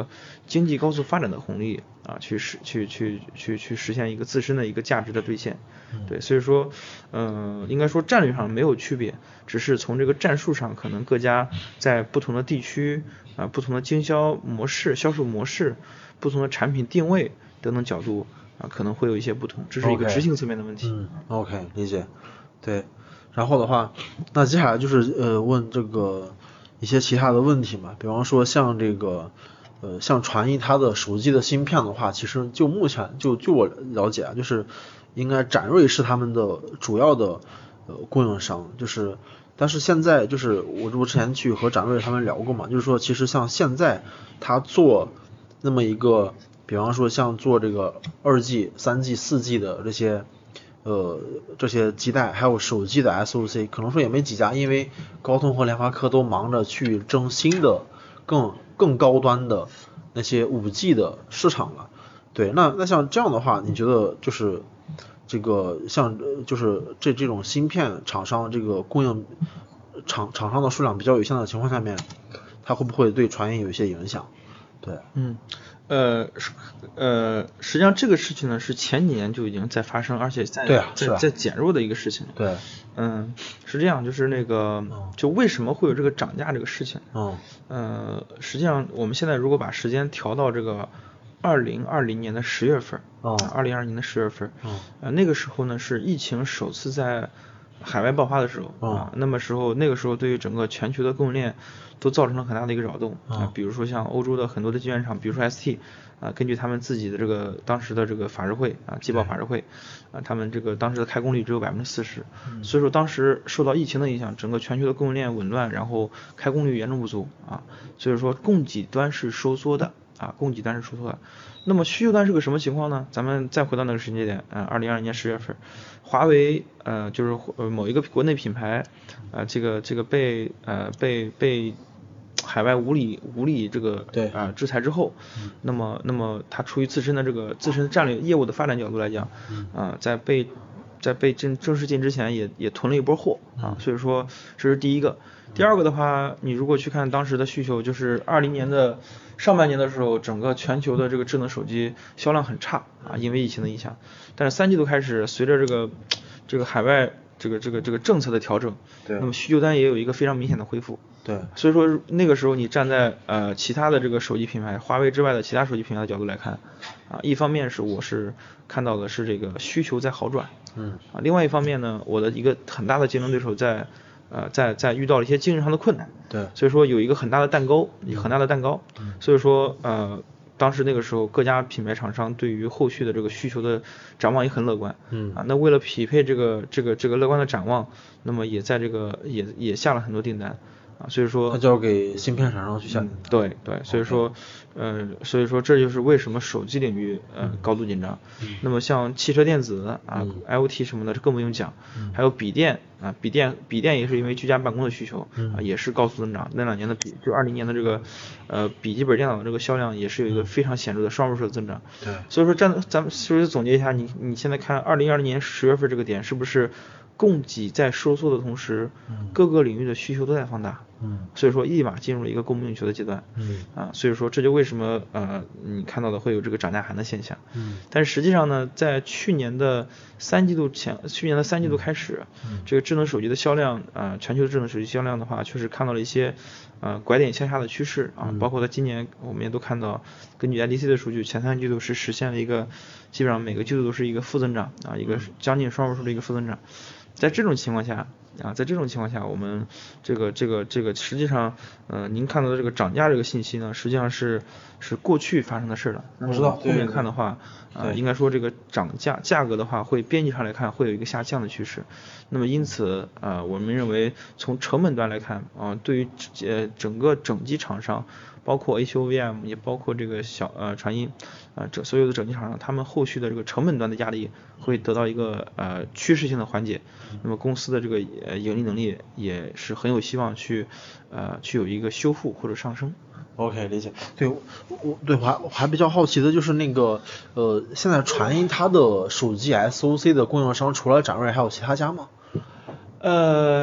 经济高速发展的红利啊，去实去去去去实现一个自身的一个价值的兑现。对，所以说，嗯、呃，应该说战略上没有区别，只是从这个战术上，可能各家在不同的地区啊、呃、不同的经销模式、销售模式、不同的产品定位等等角度啊、呃，可能会有一些不同，这是一个执行层面的问题。 Okay. 嗯 ，OK， 理解。对，然后的话，那接下来就是呃问这个一些其他的问题嘛，比方说像这个呃像传音它的手机的芯片的话，其实就目前就据我了解啊，就是应该展锐是他们的主要的呃供应商，就是但是现在就是我我之前去和展锐他们聊过嘛，就是说其实像现在他做那么一个，比方说像做这个二 G、三 G、四 G 的这些。呃，这些基带还有手机的 S O C 可能说也没几家，因为高通和联发科都忙着去争新的更更高端的那些 五 G 的市场了。对，那那像这样的话，你觉得就是这个像就是这这种芯片厂商这个供应厂厂商的数量比较有限的情况下面，它会不会对传音有一些影响？对， 嗯。呃呃，实际上这个事情呢是前几年就已经在发生，而且在对、啊、 在在减弱的一个事情。 对， 嗯，是这样，就是那个，就为什么会有这个涨价这个事情？ 嗯， 呃，实际上我们现在如果把时间调到这个二零二零年的十月份， 哦， 二零二零年的十月份， 嗯， 呃，那个时候呢是疫情首次在海外爆发的时候啊，那么时候那个时候对于整个全球的供应链都造成了很大的一个扰动啊，比如说像欧洲的很多的晶圆厂，比如说 S T 啊，根据他们自己的这个当时的这个法日会啊，季报法日会啊，他们这个当时的开工率只有百分之四十，所以说当时受到疫情的影响，整个全球的供应链紊乱，然后开工率严重不足啊，所以说供给端是收缩的啊，供给端是收缩的。那么需求端是个什么情况呢？咱们再回到那个时间点，呃，二零二零年十月份，华为呃就是呃某一个国内品牌，呃这个这个被呃被被海外无理无理这个对啊、呃、制裁之后，嗯、那么那么它出于自身的这个自身战略业务的发展角度来讲，啊、 嗯呃、在被在被正正式禁之前也也囤了一波货啊，所以说这是第一个。第二个的话，你如果去看当时的需求，就是二零年的上半年的时候，整个全球的这个智能手机销量很差啊，因为疫情的影响。但是三季度开始，随着这个这个海外这个这个这个政策的调整， 对， 那么需求端也有一个非常明显的恢复。 对， 所以说那个时候你站在呃其他的这个手机品牌，华为之外的其他手机品牌的角度来看，啊，一方面是我是看到的是这个需求在好转， 嗯， 啊，另外一方面呢，我的一个很大的竞争对手在呃在在遇到了一些经营上的困难， 对， 所以说有一个很大的蛋糕，很大的蛋糕， 嗯， 所以说呃当时那个时候各家品牌厂商对于后续的这个需求的展望也很乐观， 嗯， 啊，那为了匹配这个这个这个乐观的展望，那么也在这个也也下了很多订单。啊，所以说， 它交给芯片厂商去下、嗯。 对对，所以说，呃，所以说这就是为什么手机领域呃高度紧张。 嗯、 那么像汽车电子啊、 嗯、 I O T 什么的，这更不用讲。 嗯、 还有笔电啊，笔电笔电也是因为居家办公的需求、 嗯、 啊，也是高速增长。那两年的笔，就二零年的这个呃笔记本电脑的这个销量也是有一个非常显著的双位数的增长。 对。 所以说，站咱们是不是总结一下，你你现在看二零二零年十月份这个点是不是？供给在收缩的同时， 嗯、 各个领域的需求都在放大， 嗯， 所以说立马进入了一个供不应求的阶段， 嗯， 啊，所以说这就为什么呃你看到的会有这个涨价寒的现象， 嗯， 但实际上呢，在去年的三季度前，去年的三季度开始， 嗯， 这个智能手机的销量啊、呃，全球的智能手机销量的话，确实看到了一些呃拐点向下的趋势啊， 嗯、 包括在今年我们也都看到，根据 I D C 的数据，前三季度是实现了一个基本上每个季度都是一个负增长啊，一个将近双位数的一个负增长。在这种情况下啊，在这种情况下，我们这个这个这个实际上，呃，您看到的这个涨价这个信息呢，实际上是是过去发生的事了。 我知道。 后面看的话，啊、呃，应该说这个涨价价格的话，会边际上来看会有一个下降的趋势。那么因此，呃，我们认为从成本端来看，啊、呃，对于呃整个整机厂商，包括 H O V M 也包括这个小呃传音，啊、呃，这所有的整机厂商，他们后续的这个成本端的压力会得到一个呃趋势性的缓解。那么公司的这个呃盈利能力也是很有希望去呃去有一个修复或者上升。 OK， 理解。对，我对我还我还比较好奇的就是那个呃，现在传音它的手机 S O C 的供应商除了展锐还有其他家吗？ 呃，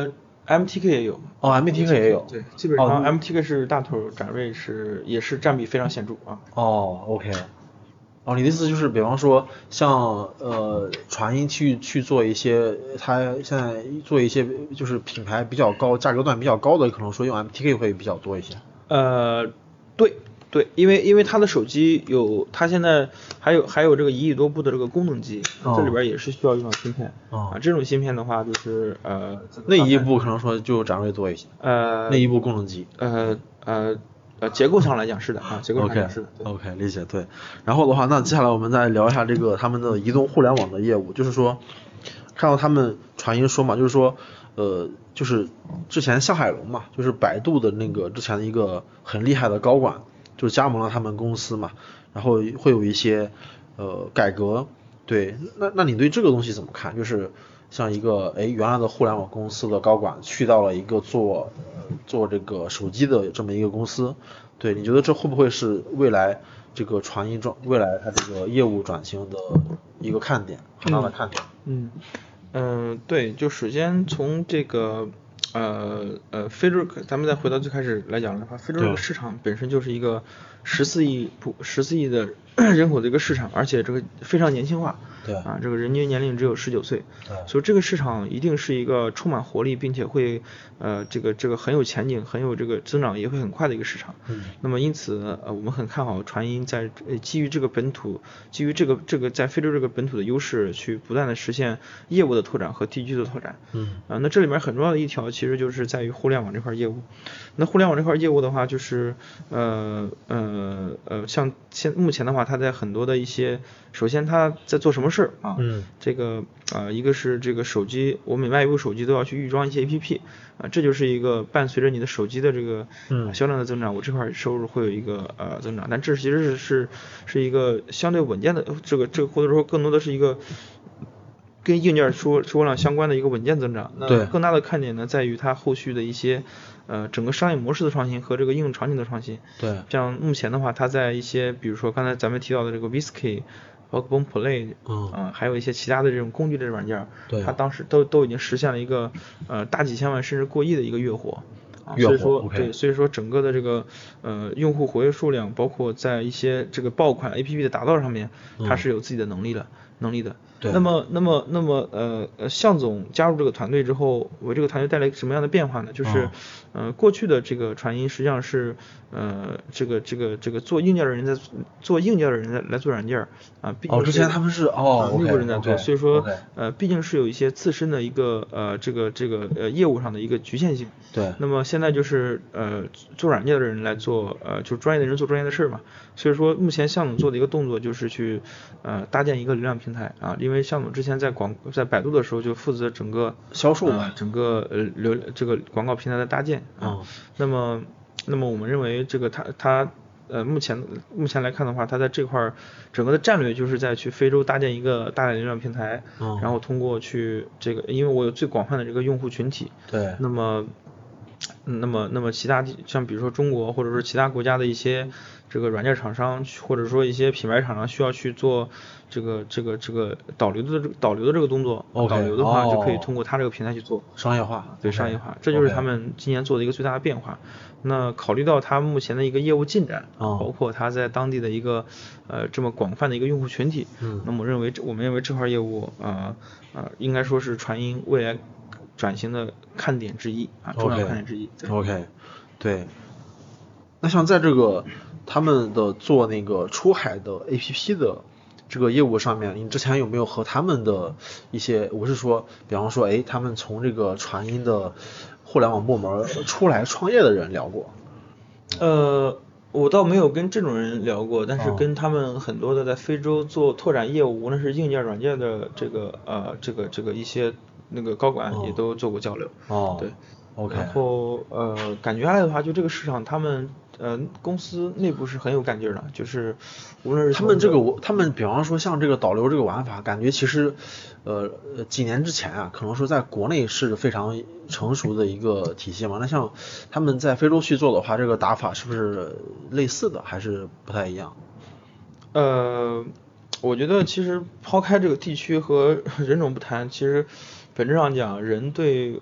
M T K 也有。 哦 ，M T K 也有。 对，基本上 M T K 是大头，展锐是也是占比非常显著啊。 哦 ，OK。哦，你的意思就是，比方说像呃传音去去做一些，它现在做一些就是品牌比较高、价格段比较高的，可能说用 M T K 会比较多一些。 呃，对对，因为因为它的手机有，它现在还有还有这个一亿多部的这个功能机， 哦、 这里边也是需要用到芯片。 哦、 啊，这种芯片的话就是呃， 那一部可能说就展锐多一些。 呃， 那一部功能机。 呃呃。呃，结构上来讲是的啊，结构上来讲是的。 OK， 理解对。然后的话，那接下来我们再聊一下这个他们的移动互联网的业务，就是说，看到他们传音说嘛，就是说，呃，就是之前向海龙嘛，就是百度的那个之前的一个很厉害的高管，就加盟了他们公司嘛，然后会有一些呃改革。对，那那你对这个东西怎么看？就是像一个哎原来的互联网公司的高管去到了一个做做这个手机的这么一个公司，对，你觉得这会不会是未来这个传音转未来它这个业务转型的一个看点，很大的看点？ 嗯嗯、呃、对，就首先从这个呃呃非洲，咱们再回到最开始来讲的话，非洲这个市场本身就是一个十四亿不十四亿的人口的一个市场，而且这个非常年轻化。 对啊，这个人均年龄只有十九岁， 对， 所以这个市场一定是一个充满活力，并且会呃这个这个很有前景、很有这个增长也会很快的一个市场。 嗯， 那么因此呃我们很看好传音在呃基于这个本土，基于这个这个在非洲这个本土的优势，去不断的实现业务的拓展和地区的拓展。 嗯， 啊，那这里面很重要的一条其实就是在于互联网这块业务。那互联网这块业务的话，就是呃呃呃像现目前的话，它在很多的一些，首先它在做什么事儿啊？ 嗯， 这个啊、呃，一个是这个手机，我每卖一部手机都要去预装一些 A P P 啊，这就是一个伴随着你的手机的这个嗯销量的增长，我这块收入会有一个呃增长，但这其实是是是一个相对稳健的，这个这个或者说更多的是一个跟硬件出出货量相关的一个稳健增长。那更大的看点呢，在于它后续的一些呃整个商业模式的创新和这个应用场景的创新。 对， 像目前的话，它在一些比如说刚才咱们提到的这个 Whisky。包括 Boomplay， 嗯、 呃，还有一些其他的这种工具类软件， 对， 它当时都都已经实现了一个呃大几千万甚至过亿的一个月活，啊， 月活所以说、 okay、 对，所以说整个的这个呃用户活跃数量，包括在一些这个爆款 A P P 的打造上面，它是有自己的能力的，嗯、能力的。 对。 那么，那么，那么，呃，呃，向总加入这个团队之后，为这个团队带来什么样的变化呢？就是， 嗯、 呃，过去的这个传音实际上是，呃，这个，这个，这个做硬件的人在做硬件的人在来做软件啊。 哦，之前他们是哦， 内部人在做， okay, 所以说， okay. 呃，毕竟是有一些自身的一个呃，这个，这个呃业务上的一个局限性。 对。 那么现在就是呃做软件的人来做，呃，就专业的人做专业的事嘛。所以说，目前向总做的一个动作就是去呃搭建一个流量平台啊。因为向总之前在广在百度的时候就负责整个销售嘛、 呃，整个呃流这个广告平台的搭建啊。 嗯、 那么，那么我们认为这个他他呃目前目前来看的话，他在这块整个的战略就是在去非洲搭建一个大的流量平台， 嗯、 然后通过去这个，因为我有最广泛的这个用户群体， 对， 那么。那么，那么其他像比如说中国或者说其他国家的一些这个软件厂商，或者说一些品牌厂商需要去做这个这个这个导流的这个导流的这个动作， okay, 导流的话就可以哦、 通过它这个平台去做商业化， 对商业化， okay, 这就是他们今年做的一个最大的变化。Okay. 那考虑到他目前的一个业务进展， 哦、 包括他在当地的一个呃这么广泛的一个用户群体， 嗯， 那么我认为我们认为这块业务啊啊、呃、应该说是传音未来转型的看点之一啊，重要看点之一。 Okay, OK， 对。那像在这个他们的做那个出海的 A P P 的这个业务上面，你之前有没有和他们的一些，我是说，比方说，哎，他们从这个传音的互联网部门出来创业的人聊过？ 呃，我倒没有跟这种人聊过，但是跟他们很多的在非洲做拓展业务，无论是硬件、软件的这个呃这个这个一些那个高管也都做过交流。 哦， 对 ，OK。 然后呃，感觉下来的话，就这个市场，他们呃公司内部是很有干劲的，就是无论是他们这个我，他们比方说像这个导流这个玩法，感觉其实呃几年之前啊，可能说在国内是非常成熟的一个体系嘛。那像他们在非洲去做的话，这个打法是不是类似的，还是不太一样？ 呃，我觉得其实抛开这个地区和人种不谈，其实本质上讲，人对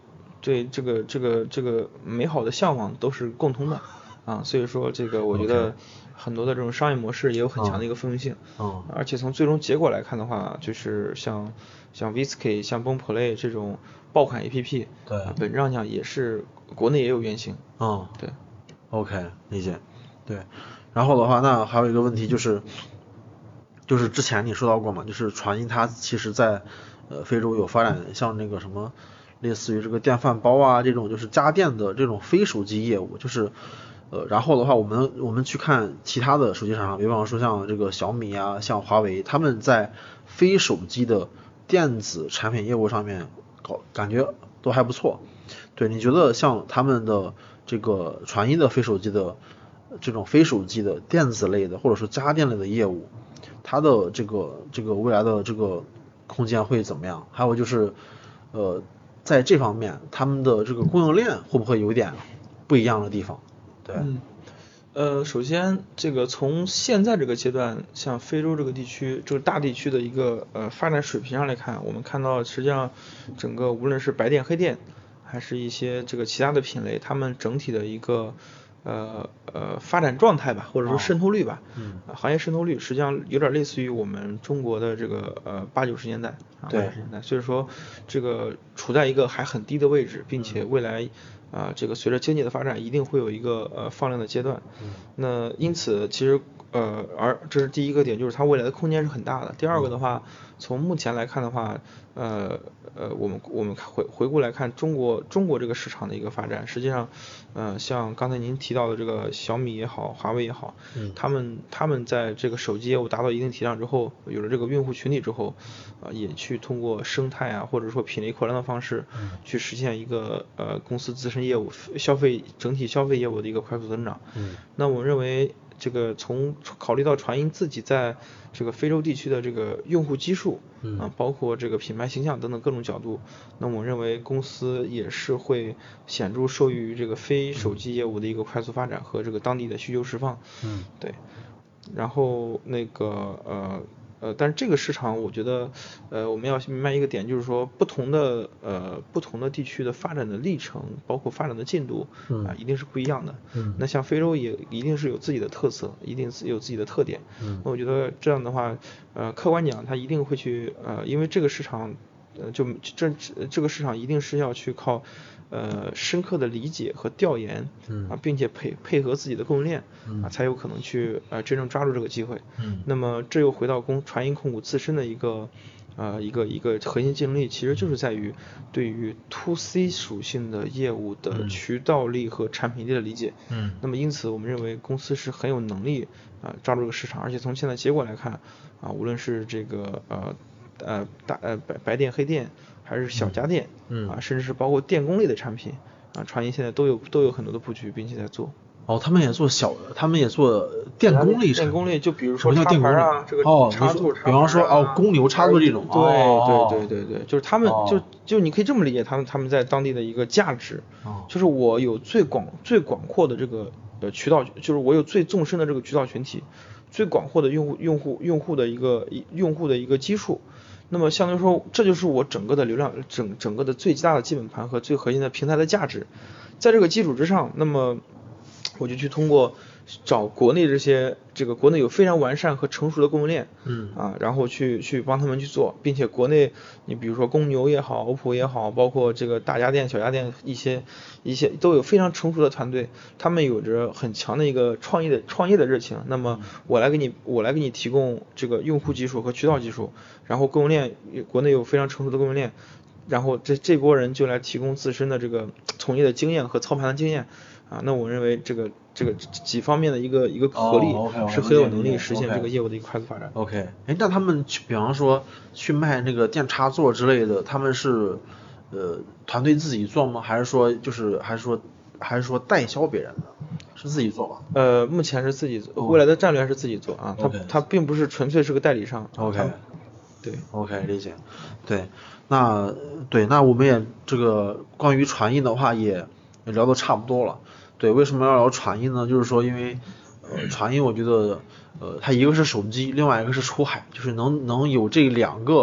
对这个这个这个美好的向往都是共通的啊，所以说这个我觉得很多的这种商业模式也有很强的一个复用性， 嗯， 而且从最终结果来看的话，就是像像 Visky 像 Bonplay 这种爆款 A P P， 对， 啊、本质上讲也是国内也有原型， 嗯， 对 ，OK 理解，对，然后的话，那还有一个问题就是，就是之前你说到过嘛，就是传音它其实在呃非洲有发展像那个什么。类似于这个电饭煲啊这种就是家电的这种非手机业务，就是呃然后的话我们我们去看其他的手机厂商，比方说像这个小米啊像华为，他们在非手机的电子产品业务上面搞感觉都还不错。对，你觉得像他们的这个传音的非手机的这种非手机的电子类的或者说家电类的业务，它的这个这个未来的这个空间会怎么样？还有就是呃在这方面，他们的这个供应链会不会有点不一样的地方？对， 嗯，呃，首先这个从现在这个阶段，像非洲这个地区，这个大地区的一个呃发展水平上来看，我们看到实际上整个无论是白电、黑电，还是一些这个其他的品类，他们整体的一个呃呃发展状态吧，或者说渗透率吧， 哦、嗯、 呃，行业渗透率实际上有点类似于我们中国的这个呃八九十年代啊， 对， 八九十年代，所以说这个处在一个还很低的位置，并且未来啊、呃、这个随着经济的发展，一定会有一个呃放量的阶段。 嗯， 那因此其实呃而这是第一个点，就是它未来的空间是很大的。第二个的话，从目前来看的话，呃呃我们我们回回顾来看中国中国这个市场的一个发展，实际上呃像刚才您提到的这个小米也好，华为也好， 嗯， 他们他们在这个手机业务达到一定体量之后，有了这个用户群体之后，呃也去通过生态啊或者说品类扩张的方式， 嗯， 去实现一个呃公司自身业务消费整体消费业务的一个快速增长。 嗯， 那我认为这个从考虑到传音自己在这个非洲地区的这个用户基数， 嗯啊，包括这个品牌形象等等各种角度，那我认为公司也是会显著受益于这个非手机业务的一个快速发展和这个当地的需求释放。 嗯， 对。然后那个呃呃，但是这个市场我觉得呃我们要明白一个点，就是说不同的呃不同的地区的发展的历程，包括发展的进度啊、 嗯呃，一定是不一样的。 嗯， 那像非洲也一定是有自己的特色，一定是有自己的特点。 嗯， 那我觉得这样的话，呃，客观讲，它一定会去呃，因为这个市场，呃，就这这个市场一定是要去靠呃深刻的理解和调研， 嗯啊，并且配配合自己的供应链， 嗯啊，才有可能去呃真正抓住这个机会。 嗯， 那么这又回到公传音控股自身的一个呃一个一个核心竞争力，其实就是在于对于 to C 属性的业务的渠道力和产品力的理解。 嗯， 那么因此我们认为公司是很有能力啊、呃、抓住这个市场，而且从现在结果来看啊，无论是这个呃呃大呃白白电黑电还是小家电， 嗯啊甚至是包括电工类的产品啊，传音现在都有都有很多的布局，并且在做。 哦，他们也做小，他们也做电工类产品。 电工类就比如说插盘啊，这个哦， 插座、 比方说哦，公牛插座这种。 对哦、 对对对对，就是他们、哦、就就你可以这么理解，他们他们在当地的一个价值， 哦、 就是我有最广最广阔的这个呃渠道，就是我有最纵深的这个渠道群体，最广阔的用户用户用户的一个用户的一个基数。那么相对说，这就是我整个的流量整整个的最大的基本盘和最核心的平台的价值。在这个基础之上，那么我就去通过找国内这些这个国内有非常完善和成熟的供应链， 嗯啊，然后去去帮他们去做，并且国内你比如说公牛也好，欧普也好，包括这个大家电、小家电一些一些都有非常成熟的团队，他们有着很强的一个创业的创业的热情。那么我来给你我来给你提供这个用户技术和渠道技术，然后供应链国内有非常成熟的供应链。然后这这波人就来提供自身的这个从业的经验和操盘的经验啊，那我认为这个这个几方面的一个一个合力是很有能力实现这个业务的一个快速发展。 OK， 哎，那他们去比方说去卖那个电插座之类的，他们是呃团队自己做吗？还是说就是还是说还是说代销别人的？是自己做吧？ 呃，目前是自己做，未来的战略是自己做啊，他他并不是纯粹是个代理商。 OK， 对 ，OK 理解，对。那对，那我们也这个关于传音的话也也聊得差不多了。对，为什么要聊传音呢？就是说因为呃传音我觉得呃它一个是手机，另外一个是出海，就是能能有这两个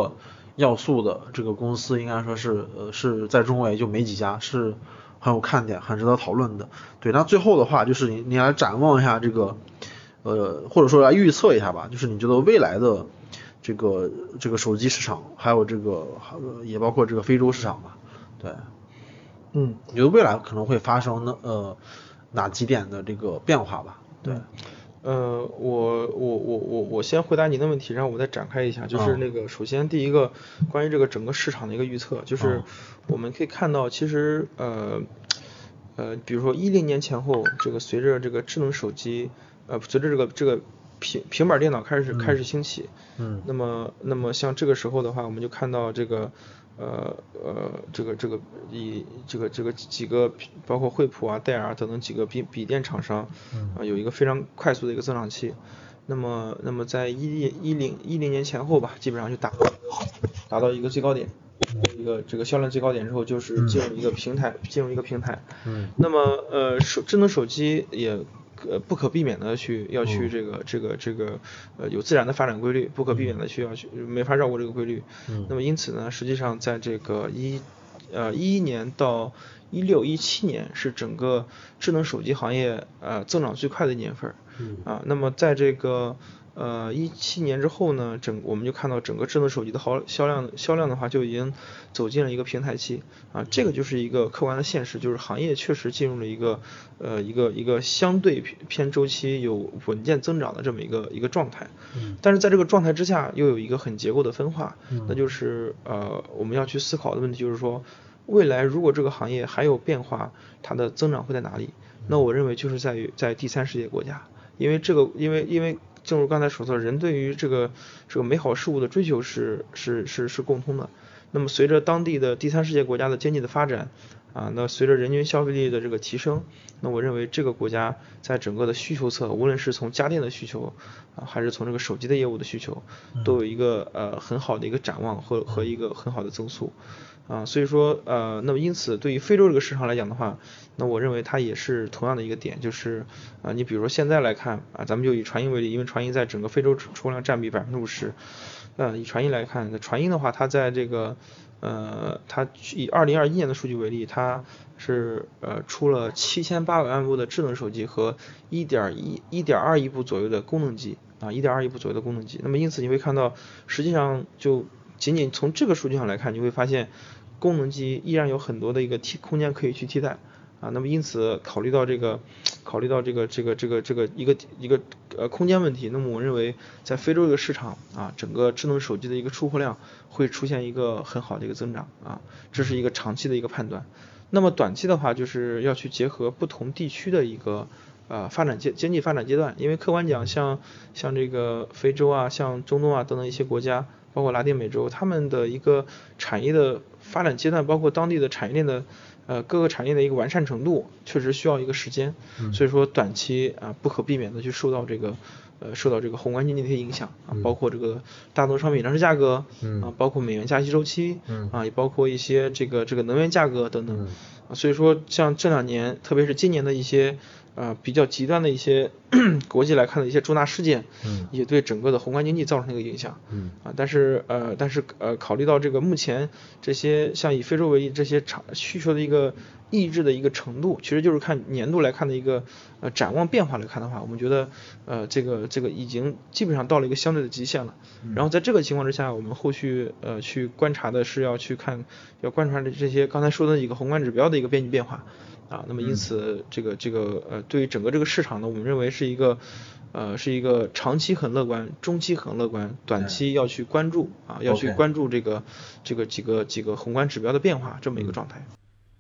要素的这个公司，应该说是呃是在中国也就没几家，是很有看点，很值得讨论的。对，那最后的话就是你你来展望一下这个呃或者说来预测一下吧，就是你觉得未来的这个这个手机市场，还有这个也包括这个非洲市场吧，对， 嗯， 你觉得未来可能会发生呢呃哪几点的这个变化吧？对。 呃，我我我我我先回答您的问题，然后我再展开一下，就是那个首先第一个关于这个整个市场的一个预测，就是我们可以看到，其实呃呃，比如说一零年前后，这个随着这个智能手机，呃，随着这个这个平平板电脑开始开始兴起， 嗯， 那么那么像这个时候的话，我们就看到这个。呃呃，这个这个以这个这个几个包括惠普啊、戴尔等等几个笔笔电厂商啊、呃，有一个非常快速的一个增长期。那么那么在一一零一零年前后吧，基本上就达达到一个最高点，一个这个销量最高点之后，就是进入一个平台，进入一个平台。 嗯。 那么呃手智能手机也。呃，不可避免的去要去这个、嗯、这个这个呃有自然的发展规律，不可避免的需要去没法绕过这个规律。 嗯。 那么因此呢，实际上在这个一呃一一年到一六一七年是整个智能手机行业呃增长最快的年份。 嗯。 啊，那么在这个呃一七年之后呢，整我们就看到整个智能手机的好销量销量的话就已经走进了一个平台期啊，这个就是一个客观的现实，就是行业确实进入了一个呃一个一个相对偏周期有稳健增长的这么一个一个状态。 嗯。 但是在这个状态之下，又有一个很结构的分化， 嗯、 那就是呃我们要去思考的问题就是说，未来如果这个行业还有变化，它的增长会在哪里？那我认为就是在于在第三世界国家，因为这个因为因为。正如刚才所说，人对于这个这个美好事物的追求是是是是共通的。那么随着当地的第三世界国家的经济的发展啊，那随着人均消费力的这个提升，那我认为这个国家在整个的需求侧，无论是从家电的需求啊，还是从这个手机的业务的需求，都有一个呃很好的一个展望和和一个很好的增速。啊，所以说呃，那么因此对于非洲这个市场来讲的话，那我认为它也是同样的一个点，就是啊，你比如说现在来看啊，咱们就以传音为例，因为传音在整个非洲出货量占比百分之五十，呃，以传音来看，传音的话，它在这个呃，它以二零二一年的数据为例，它是呃出了七千八百万部的智能手机和一点一一点二亿部左右的功能机啊，一点二亿部左右的功能机。那么因此你会看到，实际上就仅仅从这个数据上来看，你会发现。功能机依然有很多的一个替空间可以去替代啊，那么因此考虑到这个考虑到这个这个这个这个一个一个呃空间问题，那么我认为在非洲这个市场啊，整个智能手机的一个出货量会出现一个很好的一个增长啊，这是一个长期的一个判断。那么短期的话，就是要去结合不同地区的一个呃发展阶经济发展阶段，因为客观讲，像像这个非洲啊，像中东啊等等一些国家。包括拉丁美洲，他们的一个产业的发展阶段，包括当地的产业链的呃各个产业的一个完善程度，确实需要一个时间。 嗯、 所以说短期啊、呃、不可避免的去受到这个呃受到这个宏观经济的一些影响啊，包括这个大宗商品粮食价格啊，包括美元加息周期啊，也包括一些这个这个能源价格等等啊。所以说像这两年，特别是今年的一些。呃，比较极端的一些国际来看的一些重大事件， 嗯， 也对整个的宏观经济造成一个影响， 嗯， 啊，但是呃，但是呃，考虑到这个目前这些像以非洲为例，这些厂需求的一个抑制的一个程度，其实就是看年度来看的一个呃展望变化来看的话，我们觉得呃这个这个已经基本上到了一个相对的极限了。 嗯、 然后在这个情况之下，我们后续呃去观察的是要去看，要观察的这些刚才说的几个宏观指标的一个边际变化。啊，那么因此这个这个呃，对于整个这个市场呢，我们认为是一个呃是一个长期很乐观，中期很乐观，短期要去关注啊，要去关注这个、okay. 这个几个几个宏观指标的变化这么一个状态。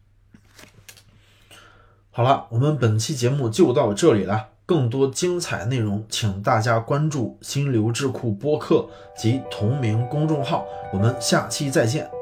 好了，我们本期节目就到这里了，更多精彩内容请大家关注心流智库播客及同名公众号，我们下期再见。